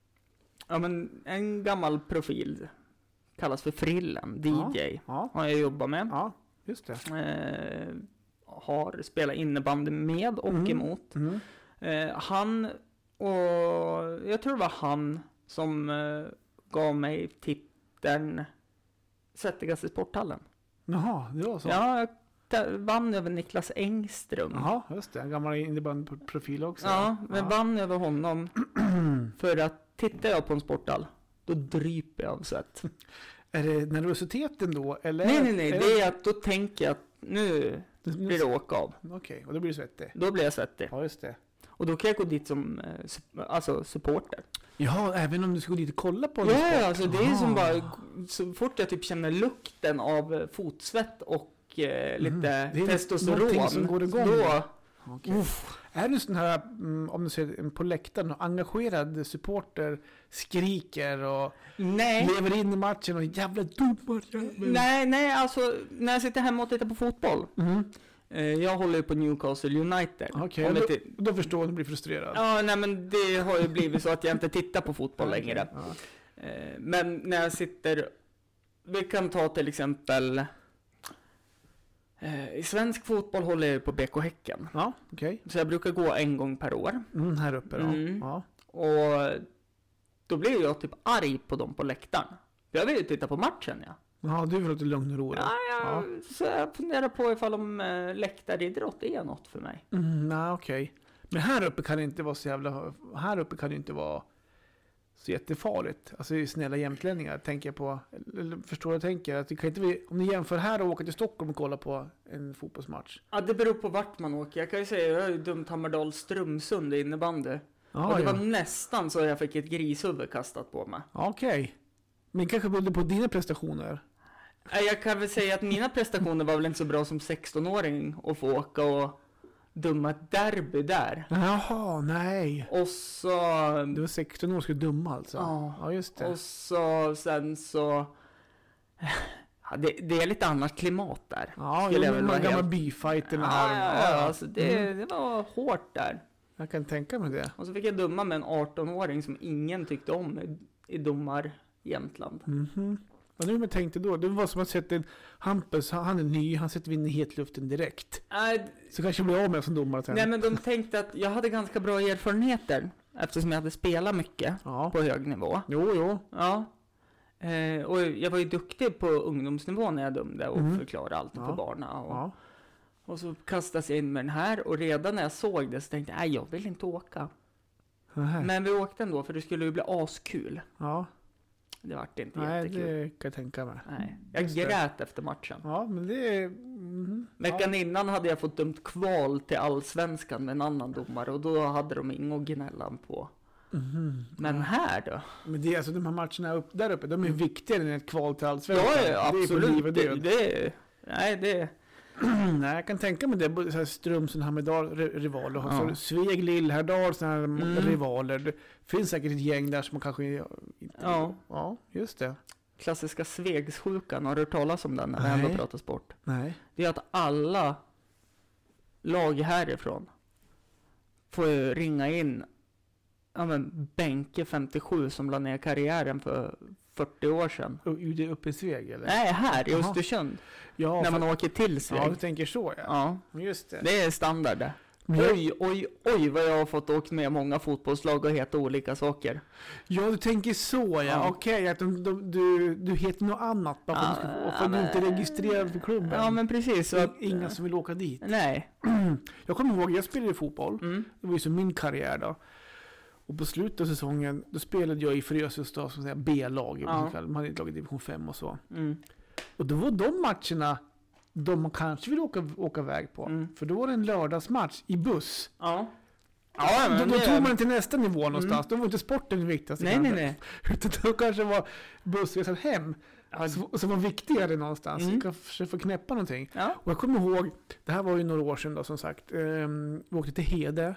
ja men en gammal profil kallas för Frillen, D J. Ja. Har jag jobbat med. Ja, just det. Eh, har spelat innebandy med och Mm. emot. Mm. Eh, han och jag tror det var han som eh, gav mig titeln Svettigaste sporthallen. Jaha, det var så. Ja, jag ta- vann över Niklas Engström. Jaha, just det. En gammal innebandyprofil också. Ja, men vann över honom för att tittar jag på en sporthall då dryper jag av svett. Är det nervositeten då? Eller? Nej, nej, nej. Är Det är att då tänker jag att nu Nu- blir det åka av. Okej, och då blir du svettig. Då blir jag svettig. Ja, just det. Och då kan jag gå dit som eh, sup- alltså supporter. Ja, även om du ska gå dit och kolla på en Ja, sport. alltså det är som Ah. bara så fort jag typ känner lukten av eh, fotsvett och eh, lite Mm. Det är testosteron. någonting som går igång. Då, Okej. Är du sån här, mm, om du ser på läktaren, engagerad supporter, skriker och nej. lever in i matchen och jävla domarjävel? Nej, nej, alltså när jag sitter hemma och tittar på fotboll. Mm. Eh, jag håller ju på Newcastle United. Okej, Om då, inte- då förstår jag att du blir frustrerad. Ja, nej men det har ju blivit så att jag inte tittar på fotboll Okej, längre. ja. Eh, men när jag sitter, vi kan ta till exempel, eh, i svensk fotboll håller jag ju på B K Häcken. Ja, okej. Så jag brukar gå en gång per år. Mm, här uppe då. Mm. Ja. Och då blir jag typ arg på dem på läktaren. Jag vill ju titta på matchen, ja. Ja, du vill ha lite lugn och ro då? Ja, jag, Så jag funderar på ifall om eh, läktaridrott är något för mig. Mm, nej, okej. Men här uppe kan det inte vara så jävla... Här uppe kan det inte vara så jättefarligt. Alltså i snälla jämtlänningar tänker jag på. Eller, förstår jag tänker? Att det kan inte bli, om ni jämför här och åka till Stockholm och kolla på en fotbollsmatch. Ja, det beror på vart man åker. Jag kan ju säga, jag har ju dömt Hammerdal Strömsund i innebandy. Ja, och det ja. var nästan så jag fick ett grishuvud kastat på mig. Ja, okej. Men kanske berodde på dina prestationer. Nej, jag kan väl säga att mina prestationer var väl inte så bra som sexton-åring att få åka och döma ett derby där. Jaha, nej. Och så... Du var sexton år och skulle dumma alltså. Ja. Ja, just det. Och så sen så... Ja, det, det är lite annat klimat där. Ja, skulle jag jo, väl de vara gamla helt- byfighterna Ja, här. ja, ja, alltså det, Mm. det var hårt där. Jag kan tänka mig det. Och så fick jag döma med en arton-åring som ingen tyckte om i, i domar Jämtland. Mhm. Vad nu jag tänkte då? Det var som att sätta en Hampus, han är ny, han sätter in i hetluften direkt. Nej, Så kanske blir av med som domare sen. nej, men de tänkte att jag hade ganska bra erfarenheter eftersom jag hade spelat mycket Ja. på hög nivå. Jo, jo. Ja. Eh, och jag var ju duktig på ungdomsnivå när jag dömde och Mm. förklarade allt Ja. för barnen. Och, Ja. och så kastades jag in med den här och redan när jag såg det så tänkte jag, nej jag vill inte åka. Nej. Men vi åkte ändå för det skulle ju bli askul. Ja. Det vart inte Nej, jättekul. det kan jag tänka mig. Nej. Jag Just det. grät efter matchen. Ja, men det är... Mhm. Veckan innan hade jag fått dömt kval till allsvenskan med en annan domare och då hade de inget att gnälla på. Mhm. Men här då? Men det är alltså de här matcherna upp, där uppe, de är viktigare än ett kval till allsvenskan. Ja, Det är på absolut. liv och Det, död. det, nej, det... Nej, jag kan tänka mig det. Både så här Strömsund, Hammerdal, re- rivaler. Och Ja. så Sveg, Lillhärdal, sådana här Mm. rivaler. Det finns säkert ett gäng där som man kanske inte... Ja. Ja, just det. Klassiska Svegssjukan, har du hört talas om den när vi Nej. ändå pratar sport? Nej. Det är att alla lag härifrån får ju ringa in ja, men Benke femtiosju som la ner karriären för fyrtio år sedan. Och det är uppe i Sveg, eller? Nej, här i Jaha. Östersund. Ja, När man för- åker till Sveg. ja, du tänker så, ja. Ja, Just det. det är standard det. Men jag- Oj, oj, oj vad jag har fått åkt med många fotbollslag och heta olika saker. Ja, du tänker så, ja. Ja. Okej, att de, de, du, du heter något annat bara för att du, ska, Ja, få- för att du men- inte är registrerad för klubben. Ja, men precis. Så att, Inga som vill åka dit. Nej. Jag kommer ihåg, jag spelade fotboll. Mm. Det var ju som min karriär då. Och på slutet av säsongen, då spelade jag i Frösös då, som säga B-lag. Ja. De hade ett lag i division fem och så. Mm. Och då var de matcherna de man kanske vill åka, åka iväg på. Mm. För då var det en lördagsmatch i buss. Ja. Ja, då men då det- tog man den till nästa nivå någonstans. Mm. Då var inte sporten det viktigaste. Nej, nej, kanske. nej. Utan då kanske var bussresan hem Ja, som, som var viktigare någonstans. Mm. Mm. Kanske få knäppa någonting. ja. Och jag kommer ihåg, det här var ju några år sedan då som sagt. Um, vi åkte till Hede.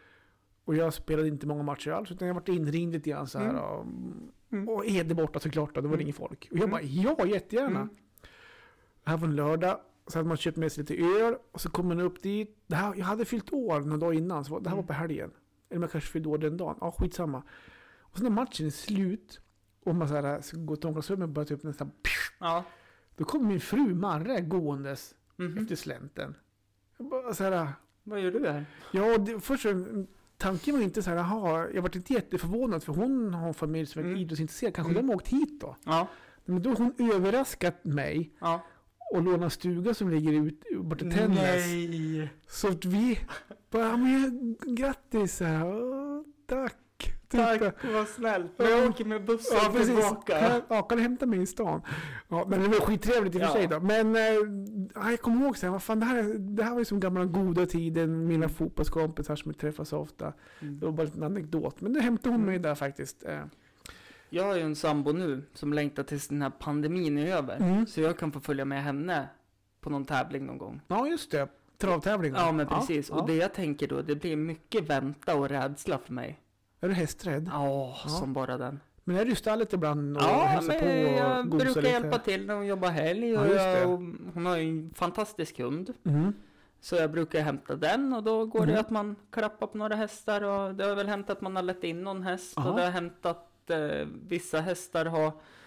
Och jag spelade inte många matcher alls, utan jag var inringd lite grann så här. Mm. Och, Mm. och Hede borta såklart, då, då var det Mm. ingen folk. Och jag Mm. bara, ja jättegärna. Mm. Det här var en lördag, så hade man köpt med sig lite öl. Och så kom man upp dit. Det här, jag hade fyllt år någon dag innan, så det här var Mm. på helgen. Eller man kanske fyllde år den dagen. Ja, skitsamma. Och så när matchen är slut, och man så här, ska gå till omklädningsrummet och börja typ nästan... Ja. Då kom min fru Marre gåendes Mhm. efter slänten. Jag bara så här... Vad gör du här? Ja, det, först så, tanken var inte så här, jaha, jag var inte jätteförvånad för hon har en familj som är Mm. idrottsintresserad. Kanske Mm. de har åkt hit då. Ja. Men då har hon överraskat mig Ja. och lånat en stuga som ligger ut borta i Tännäs. Nej. Så att vi bara, ja, men, grattis, så här, åh, tack. Tack, Typ. vad snällt. Ja. Jag åker med bussen Ja, precis. tillbaka. Ja, kan du hämta mig i stan? Ja, men det var skittrevligt i och för Ja. sig då. Men eh, ja, jag kommer ihåg så här, vad fan, det här, det här var ju som gamla goda tiden. Mina fotbollskompisar som vi träffas så ofta. Mm. Det var bara en liten anekdot. Men det hämtade hon Mm. mig där faktiskt. Eh, Jag har ju en sambo nu som längtar tills den här pandemin är över. Mm. Så jag kan få följa med henne på någon tävling någon gång. Ja, just det. Travtävlingar. Ja, men precis. Ja, Och det jag tänker då, det blir mycket vänta och rädsla för mig. Är du hästrädd? Ja, Ja. som bara den. Men är du i stallet ibland och Ja, hälsar på men och jag gosar brukar lite? hjälpa till när hon jobbar helg. Ja, Och just det. jag, och hon har ju en fantastisk hund. Mm. Så jag brukar hämta den och då går Mm. det att man klappar på några hästar. Och det har väl hänt att man har lett in någon häst. Aha. Och det har hänt att eh, vissa hästar har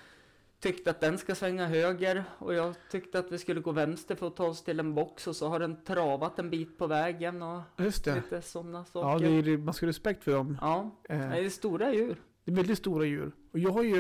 tyckt att den ska svänga höger. Och jag tyckte att vi skulle gå vänster för att ta oss till en box. Och så har den travat en bit på vägen och Just det. lite sådana saker. Ja, det är, man ska ha respekt för dem. Ja, Eh, det är stora djur. Det är väldigt stora djur. Och jag har ju...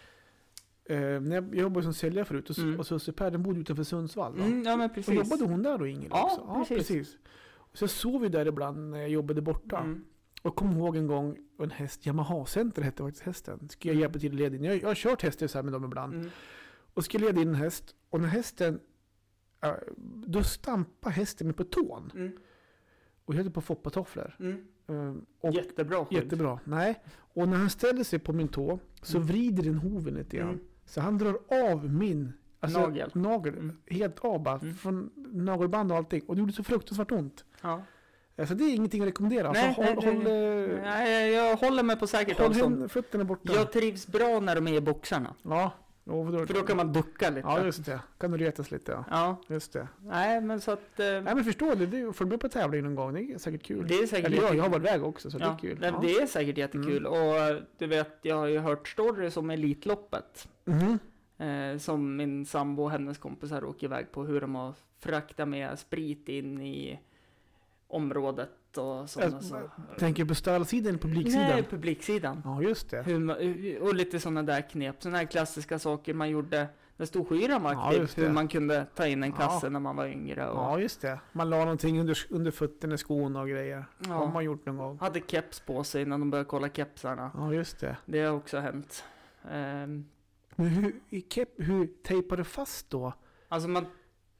Eh, när jag, jag jobbade som säljare förut och, Mm. och Sussie Per, den bodde utanför Sundsvall. Va? Mm, ja, men Och precis. jobbade hon där då, Ingrid? Ja, också? Ja, precis. precis. Och så jag sov ju där ibland när jag jobbade borta. Mm. Och kom ihåg en gång, en häst, Yamaha Center hette faktiskt hästen. Skulle jag hjälpa till att leda in. Jag, jag har kört hästar så här med dem ibland. Mm. Och skulle leda in en häst. Och när hästen, äh, då stampade hästen mig på tån. Mm. Och jag hade på foppatofflor. Mm. Um, och Jättebra skydd. jättebra. Nej. Och när han ställer sig på min tå så Mm. vrider den hoven lite grann. Mm. Så han drar av min alltså, Nagel. nagel Mm. helt av bara. Mm. Från nagelband och allting. Och det gjorde så fruktansvärt ont. Ja. Alltså det är ingenting att rekommendera. Nej, alltså, nej, håll, nej, håll, eh, Nej, jag håller mig på säkert håll avstånd. hen- fötterna borta. Jag trivs bra när de är i boxarna. Ja. Jo, för, då, För då kan man ducka lite. Ja, just det. Kan du retas lite. Ja. Ja, Just det. nej men så att... Eh, Nej, men förstår det. Du får med på tävling någon gång. Det är säkert kul. det är säkert Eller jag, jag har jättekul. varit iväg också, så det Ja, är kul. nej, Ja. det är säkert jättekul. Och eh, du vet, jag har ju hört stories om Elitloppet. Mhm. Eh, som min sambo och hennes kompisar åker iväg på. Hur de har fraktat med sprit in i området och sådana Äh, så. Tänker du på stallsidan eller publiksidan? Nej, publiksidan. Ja, just det. Hur man, och lite sådana där knep. Sådana här klassiska saker man gjorde när Storskyran var Ja, aktiv. just hur det. man kunde ta in en Ja. kasse när man var yngre. Och, Ja, just det. Man la någonting under, under fötterna i skorna och grejer. ja. Har man gjort någon gång. Hade keps på sig när de började kolla kepsarna. Ja, just det. Det har också hänt. Ehm, Men hur, i kep, hur tejpar du fast då? alltså man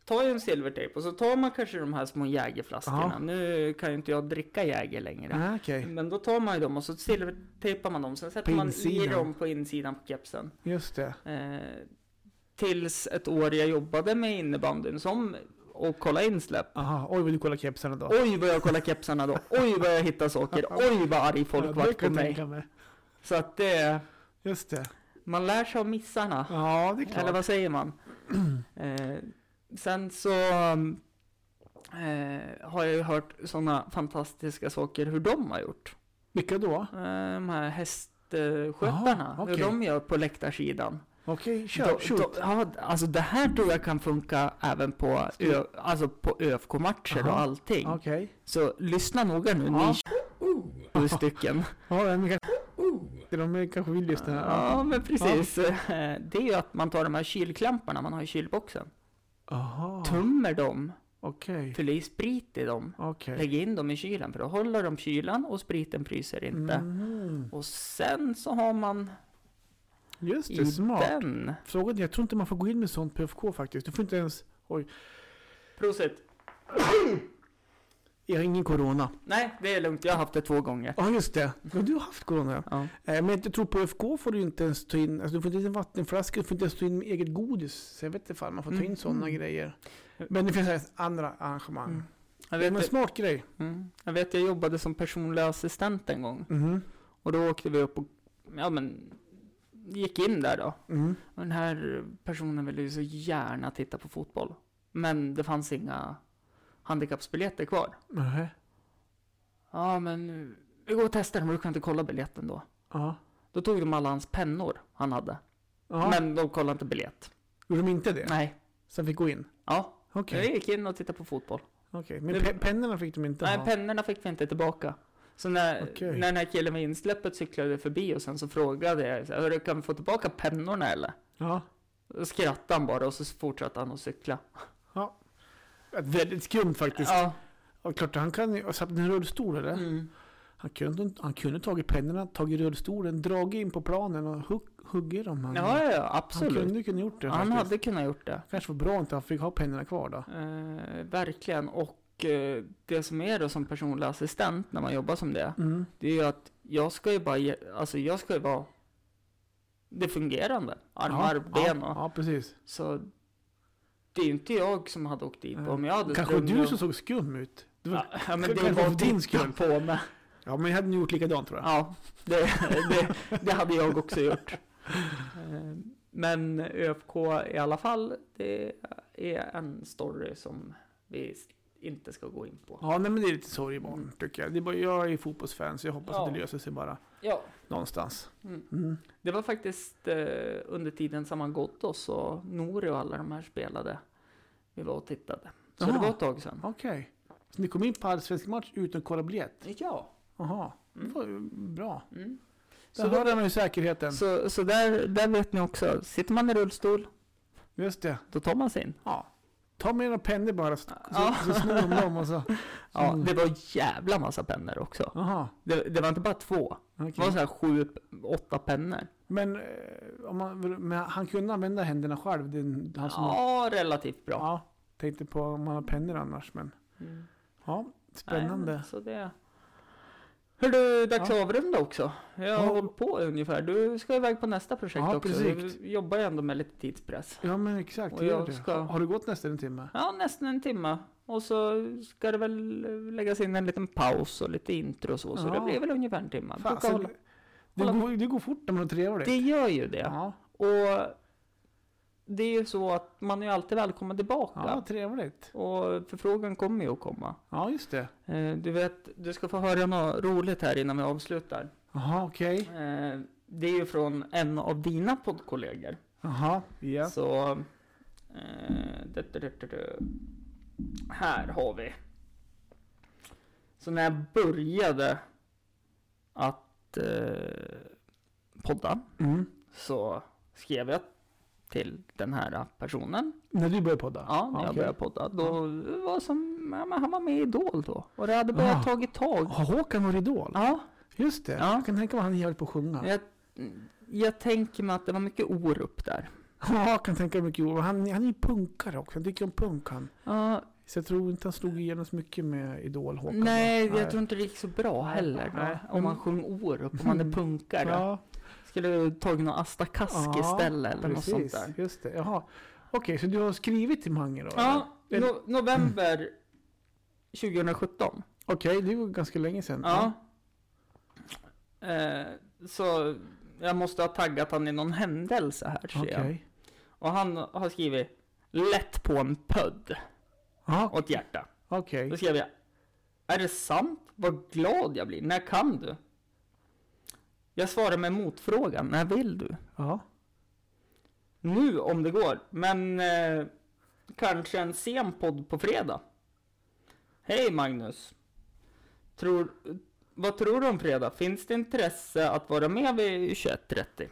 tar ju en silvertejp och så tar man kanske de här små jägerflaskorna. Aha. Nu kan ju inte jag dricka jäger längre. Ah, okej. Men då tar man ju dem och så silvertejpar man dem. Sen sätter På man i insidan. dem på insidan på kepsen. Just det. Eh, tills ett år jag jobbade med innebandyn som och kolla insläpp. Aha, oj vad du kollar kepsarna då. Oj vad jag kollar kepsarna då. Oj vad jag hittar saker. Oj vad arg folk Ja, det vart kan på jag mig. tänka mig. Så att det, Just det. man lär sig av missarna. Ja, det är klart. Eller vad säger man? eh, sen så eh, har jag ju hört sådana fantastiska saker hur de har gjort. Vilka då? Eh, de här hästskötarna. Aha, okej. Hur de gör på läktarsidan. Okej, kör. Då, Shoot. då, ja, alltså det här tror jag kan funka även på, ö, alltså på ÖFK-matcher och Aha, allting. Okej. Så lyssna noga nu, Ja. ni sju stycken. Ja, men kan... de kanske vill lyssna. Ja, men precis. Eh, Det är ju att man tar de här kylklamparna man har i kylboxen. Aha. Tummer dem, Okej. fyller i sprit i dem. Okej. Lägg in dem i kylen för då håller de kylan och spriten fryser inte. Mm. Och sen så har man Just i det, smart. den. Frågan, jag tror inte man får gå in med sånt på F K faktiskt. Du får inte ens... Oj. Prosit. Jag har ingen corona. Nej, det är lugnt. Jag har haft det två gånger. Ja, just det. Ja, du har haft corona. Ja. Eh, Men jag tror på F K får du inte ens ta in... Alltså du får inte ens en vattenflaska, du får inte ens ta in eget godis. Så jag vet inte fan, man får ta in Mm. sådana grejer. Men det finns här andra arrangemang. Mm. Jag Det är vet, en smart grej. mm. jag vet, jag jobbade som personlig assistent en gång. Mhm. Och då åkte vi upp och, ja men, gick in där då. Mm. Och den här personen ville ju så gärna titta på fotboll. Men det fanns inga handikappsbiljetter kvar. Nej. Ja, men vi går och testar men du kan inte kolla biljetten då. Ja. Då tog de alla hans pennor han hade. Ja. Men de kollade inte biljett. Gjorde de inte det? Nej. Sen fick gå in? Ja, Okej. jag gick in och tittade på fotboll. Okej. Men Det- pe- pennorna fick de inte Nej, ha? pennorna fick vi inte tillbaka. Så när, Okej. när den här killen med insläppet cyklade förbi och sen så frågade jag, så här, "Hörru, kan vi få tillbaka pennorna eller?" Ja. Då skrattade han bara och så fortsatte han att cykla. Väldigt skumt faktiskt. Ja. Och klart, han kan ju... Satt i en rullstol eller? Mm. Han kunde, han kunde tagit pennorna, tagit rullstolen, dragit in på planen och hugg, huggit dem. Han, Ja, ja, ja, han absolut. kunde ju kunna gjort det Han faktiskt. hade kunnat gjort det. Kanske var bra inte han fick ha pennorna kvar då. Eh, verkligen. Och eh, det som är då som personlig assistent när man jobbar som det, Mm. det är ju att jag ska ju bara ge, alltså jag ska ju vara det fungerande. Armar, ja, ben ja, och ja, precis. så det är ju inte jag som hade åkt dit Nej. om jag hade Kanske sprungit du och- som såg skum ut. Det var, Ja, ja, men det kanske var för din titta skull. på mig. ja, men jag hade nog gjort likadant tror jag. Ja, det, det, det hade jag också gjort. Eh, Men ÖFK i alla fall, det är en story som vi inte ska gå in på. Ja, nej, men det är lite sorgebarn tycker jag. Det är bara, jag är fotbollsfan så jag hoppas Ja. att det löser sig bara Ja, någonstans. mm. Mm. Det var faktiskt eh, under tiden som man gått oss och Nori och alla de här spelade. Vi var och tittade. Så Jaha. det var ett tag sedan. Okej. Så ni kom in på allsvensk match utan att kolla biljett? Ja. Jaha, Mm. det var ju bra. Mm. Så Så, där då, hade man ju säkerheten. så, så där, där vet ni också, sitter man i rullstol, Just det. då tar man sig in. Ja. Ta med några pennor bara så, Ja. så, så snor de dem och så. Ja, så. det var jävla massa pennor också. Jaha. Det, det var inte bara två. okej. Det var så här sju, åtta pennor. Men, eh, om man, men han kunde använda händerna själv. Den, han som Ja, relativt bra. ja, tänkte på om man har pennor annars. Men Mm. ja, spännande. Nej, så det... Hör du, dags Ja. att avrunda också. Jag har Ja. hållit på ungefär. Du ska iväg på nästa projekt Ja, också. precis. Du jobbar ju ändå med lite tidspress. Ja, men exakt. Och det gör jag det. ska- Har du gått nästan en timme? Ja, nästan en timme. Och så ska det väl läggas in en liten paus och lite intro och så. Så Ja. det blir väl ungefär en timme. Fan, Brukar så hålla- det, hålla- går, det går fort när man har trevligt. Det gör ju det. Ja, Och det är ju så att man är ju alltid välkommen tillbaka. ja, trevligt. Och förfrågan kommer ju att komma. Ja, just det. Eh, Du vet, du ska få höra något roligt här innan vi avslutar. Jaha, okej. Eh, Det är ju från en av dina poddkollegor. Jaha, ja. Så... Eh, det, det, det, det. Här har vi. Så när jag började att eh, podda Mm. så skrev jag till den här personen. När du började podda? Ja, när jag okej. började podda. Då var som, ja, men han var med i Idol då. Och det hade börjat Ah. tagit tag. Har Håkan varit idol? Ja, Just det. Ja. Jag kan tänka mig att han är jävligt på att sjunga. jag, jag tänker mig att det var mycket Orup där. Ja, jag kan tänka mycket. Han, han är ju punkare också. Han tycker om punk han. Ja, Så jag tror inte han slog igenom så mycket med Idol Håkan. nej, jag tror inte det gick så bra heller. Nej. Då, om man sjöng Orup, om man är punkare. Ja, Skulle du tagit någon Asta Kask Ja, istället eller något sånt precis. där. Just det. Jaha. Okej, så du har skrivit till Mange då? Ja, eller? no- november tjugohundrasjutton. Okej, det var ganska länge sedan. Ja. Eh, så jag måste ha taggat han i någon händelse här, ser jag. Okej. Och han har skrivit lätt på en pödd Ja, och ett hjärta. okej. Då skrev jag, är det sant? Vad glad jag blir. När kan du? Jag svarar med motfrågan, när vill du? Ja. Nu om det går, men eh, kanske en sen podd på fredag. Hej Magnus. Tror, vad tror du om fredag? Finns det intresse att vara med vid tjugoett trettio?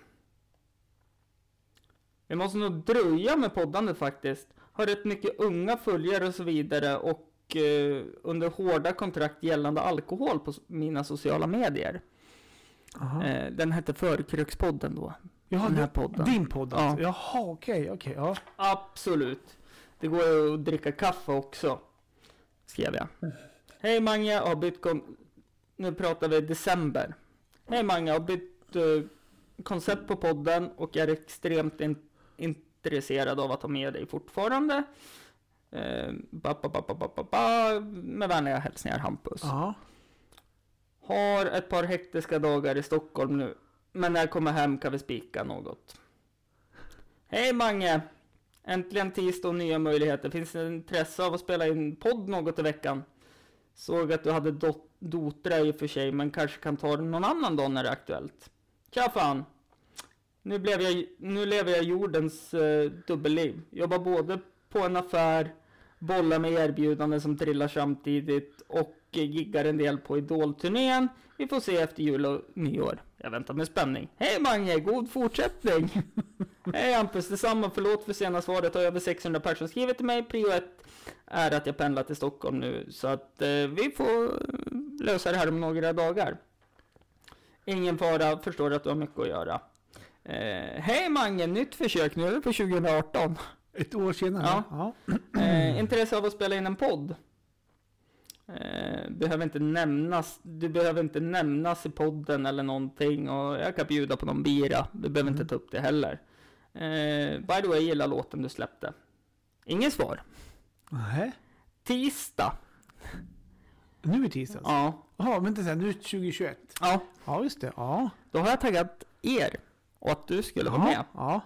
Vi måste nog dröja med poddandet faktiskt. Har rätt mycket unga följare och så vidare och eh, under hårda kontrakt gällande alkohol på mina sociala medier. Aha. Eh, den hette Förkrökspodden då. Jaha, den här det- podden. Din podd alltså? Ja. Jaha, okej, okej. Ja. Absolut. Det går ju att dricka kaffe också, skrev jag. Hej Mange, jag har bytt kon- nu pratar vi december. Hej Mange, jag har bytt uh, koncept på podden och är extremt in- intresserad av att ha med dig fortfarande. Uh, ba, ba, ba, ba, ba, ba, ba, med vänliga hälsningar Hampus. Ja. Har ett par hektiska dagar i Stockholm nu, men när jag kommer hem kan vi spika något. Hej Mange! Äntligen tisdag och nya möjligheter. Finns det intresse av att spela in podd något i veckan? Såg att du hade dot- Dotra i och för sig, men kanske kan ta det någon annan dag när det är aktuellt. Tja fan! Nu, blev jag, nu lever jag jordens eh, dubbelliv. Jobbar både på en affär, bollar med erbjudanden som trillar samtidigt och eh, giggar en del på Idol-turnén. Vi får se efter jul och nyår. Jag väntar med spänning. Hej Mange, god fortsättning! Hej Hampus, detsamma. Förlåt för sena svaret. Har över sexhundra personer skrivit till mig. Prio ett är att jag pendlar till Stockholm nu. Så att eh, vi får lösa det här om några dagar. Ingen fara, förstår att du har mycket att göra. Eh, Hej Mange, nytt försök. Nu är vi på tjugo arton. Ett år senare? Ja. Eh, intresse av att spela in en podd. Eh, behöver inte nämnas, du behöver inte nämnas i podden eller någonting. Och jag kan bjuda på någon bira. Du behöver Mm. inte ta upp det heller. Eh, by the way, gillar låten du släppte. Ingen svar. Nej. Tisdag. Nu är tisdag? Ja. Jaha, vänta sen. Nu är det tjugohundratjugoett. Ja. Ja, just det. Ja. Då har jag taggat er. Och att du skulle vara med. Ja.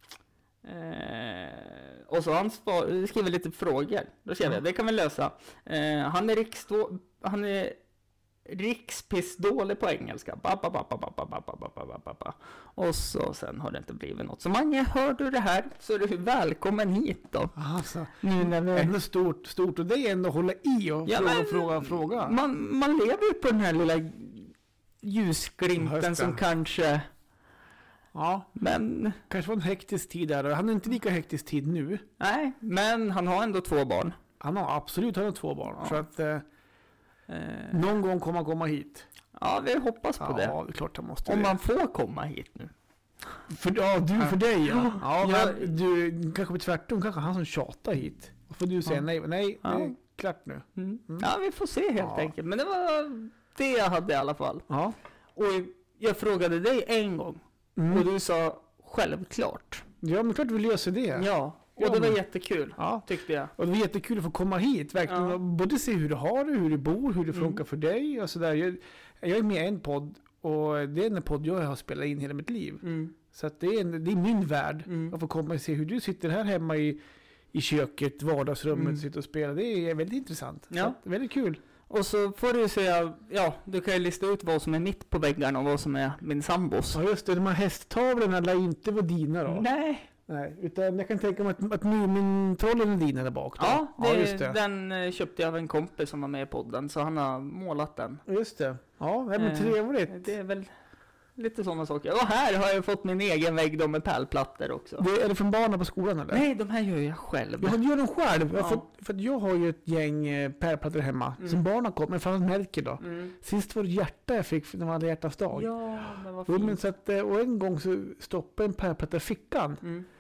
Eh, och så har han svar, skriver lite frågor. Då ser vi, Ja. det kan vi lösa. Eh, han är riksdå, han är rikspissdålig på engelska. Ba, ba, ba, ba, ba, ba, ba, ba, ba, ba, ba, ba. Och så sen har det inte blivit något. Så Mange, hör du det här så är du välkommen hit då. Alltså, Nu när vi... ändå stort, stort. Och det är ändå att hålla i och Ja, fråga, men- fråga, fråga. Man, man lever ju på den här lilla Ja, ljusglimten just det. som kanske... Ja, Men... kanske var en hektisk tid där. Han har inte lika hektisk tid nu. Nej, men han har ändå två barn. Han har absolut han har två barn. Ja. Så att eh, Eh, någon gång kommer han komma hit. ja, vi hoppas på Ja, det. det är klart han måste Om det. man får komma hit nu. För, ja, du för dig ja. Ja, Ja. men du kanske blir tvärtom. Kanske han som tjatar hit. Då får du säga Ja. nej. Nej, Ja. det är klart nu. Mm. Mm. Ja, vi får se helt Ja. enkelt. Men det var det jag hade i alla fall. Ja. Och jag frågade dig en gång. Mm. Och du sa självklart. Ja, men klart vi löser det. Ja. Och Ja, det var men- jättekul. Ja. Tyckte jag. Och det var jättekul att få komma hit, verkligen. Ja. Och både se hur du har det, hur du bor, hur det Mm. funkar för dig och sådär. Jag, jag är med i en podd och det är en podd jag har spelat in hela mitt liv. Mm. Så att det, är en, det är min värld. Mm. Att få komma och se hur du sitter här hemma i, i köket, vardagsrummet, Mm. och sitter och spelar. Det är väldigt intressant. Ja. Så att, väldigt kul. Och så får du säga, ja, du kan ju lista ut vad som är mitt på väggarna och vad som är min sambos. Ja just det, de här hästtavlorna lär inte vara dina då. Nej. Nej, utan jag kan tänka mig att, att Mumintrollen är dina där bak då. Ja, det, just det. den eh, köpte jag av en kompis som var med i podden. Så han har målat den. Just det. Ja, det är Eh, men trevligt. Det är väl lite sådana saker. Och här har jag fått min egen vägg då med pärlplattor också. Det, är det från barnen på skolan eller? Nej, de här gör jag själv. Jag gör dem själv. Ja. För, för att jag har ju ett gäng eh, pärlplattor hemma. Mm. Som barnen kom, men framförallt Melker då. Mm. Sist var det hjärta jag fick när man hade hjärtas dag. Ja, men vad Jo, men fint. så att, eh, och en gång så stoppade en pärlplatta i fickan. Mm.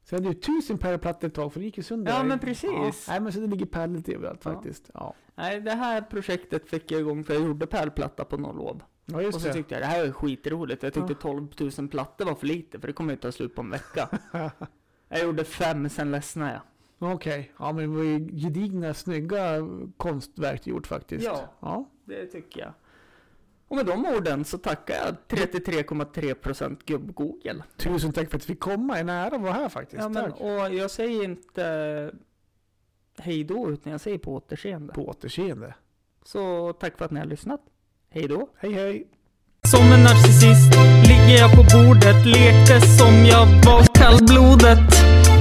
Så jag hade ju tusen pärlplattor ett tag för det gick ju sönder. Ja, men precis. Ja. Nej, men så det ligger pärlor lite överallt Ja. faktiskt. Ja. Nej, det här projektet fick jag igång för jag gjorde pärlplatta på någon lov. Ja, just Och så det. tyckte jag det här är skitroligt. Jag tyckte Ja. tolv tusen plattor var för lite för det kommer ju ta slut på en vecka. Jag gjorde fem, sen ledsnade jag. Okej, ja men det var ju gedigna, snygga konstverk du gjort faktiskt. Ja. Ja. Det tycker jag. Och med de orden så tackar jag trettiotre komma tre procent gubb-Google. Tusen tack för att vi fick komma, en ära att vara här faktiskt. Ja, men, Tack. och jag säger inte hej då utan jag säger på återseende. På återseende. Så tack för att ni har lyssnat. Hej då. Hej hej. Som en narcissist ligger jag på bordet, lekte som jag var kallblodet.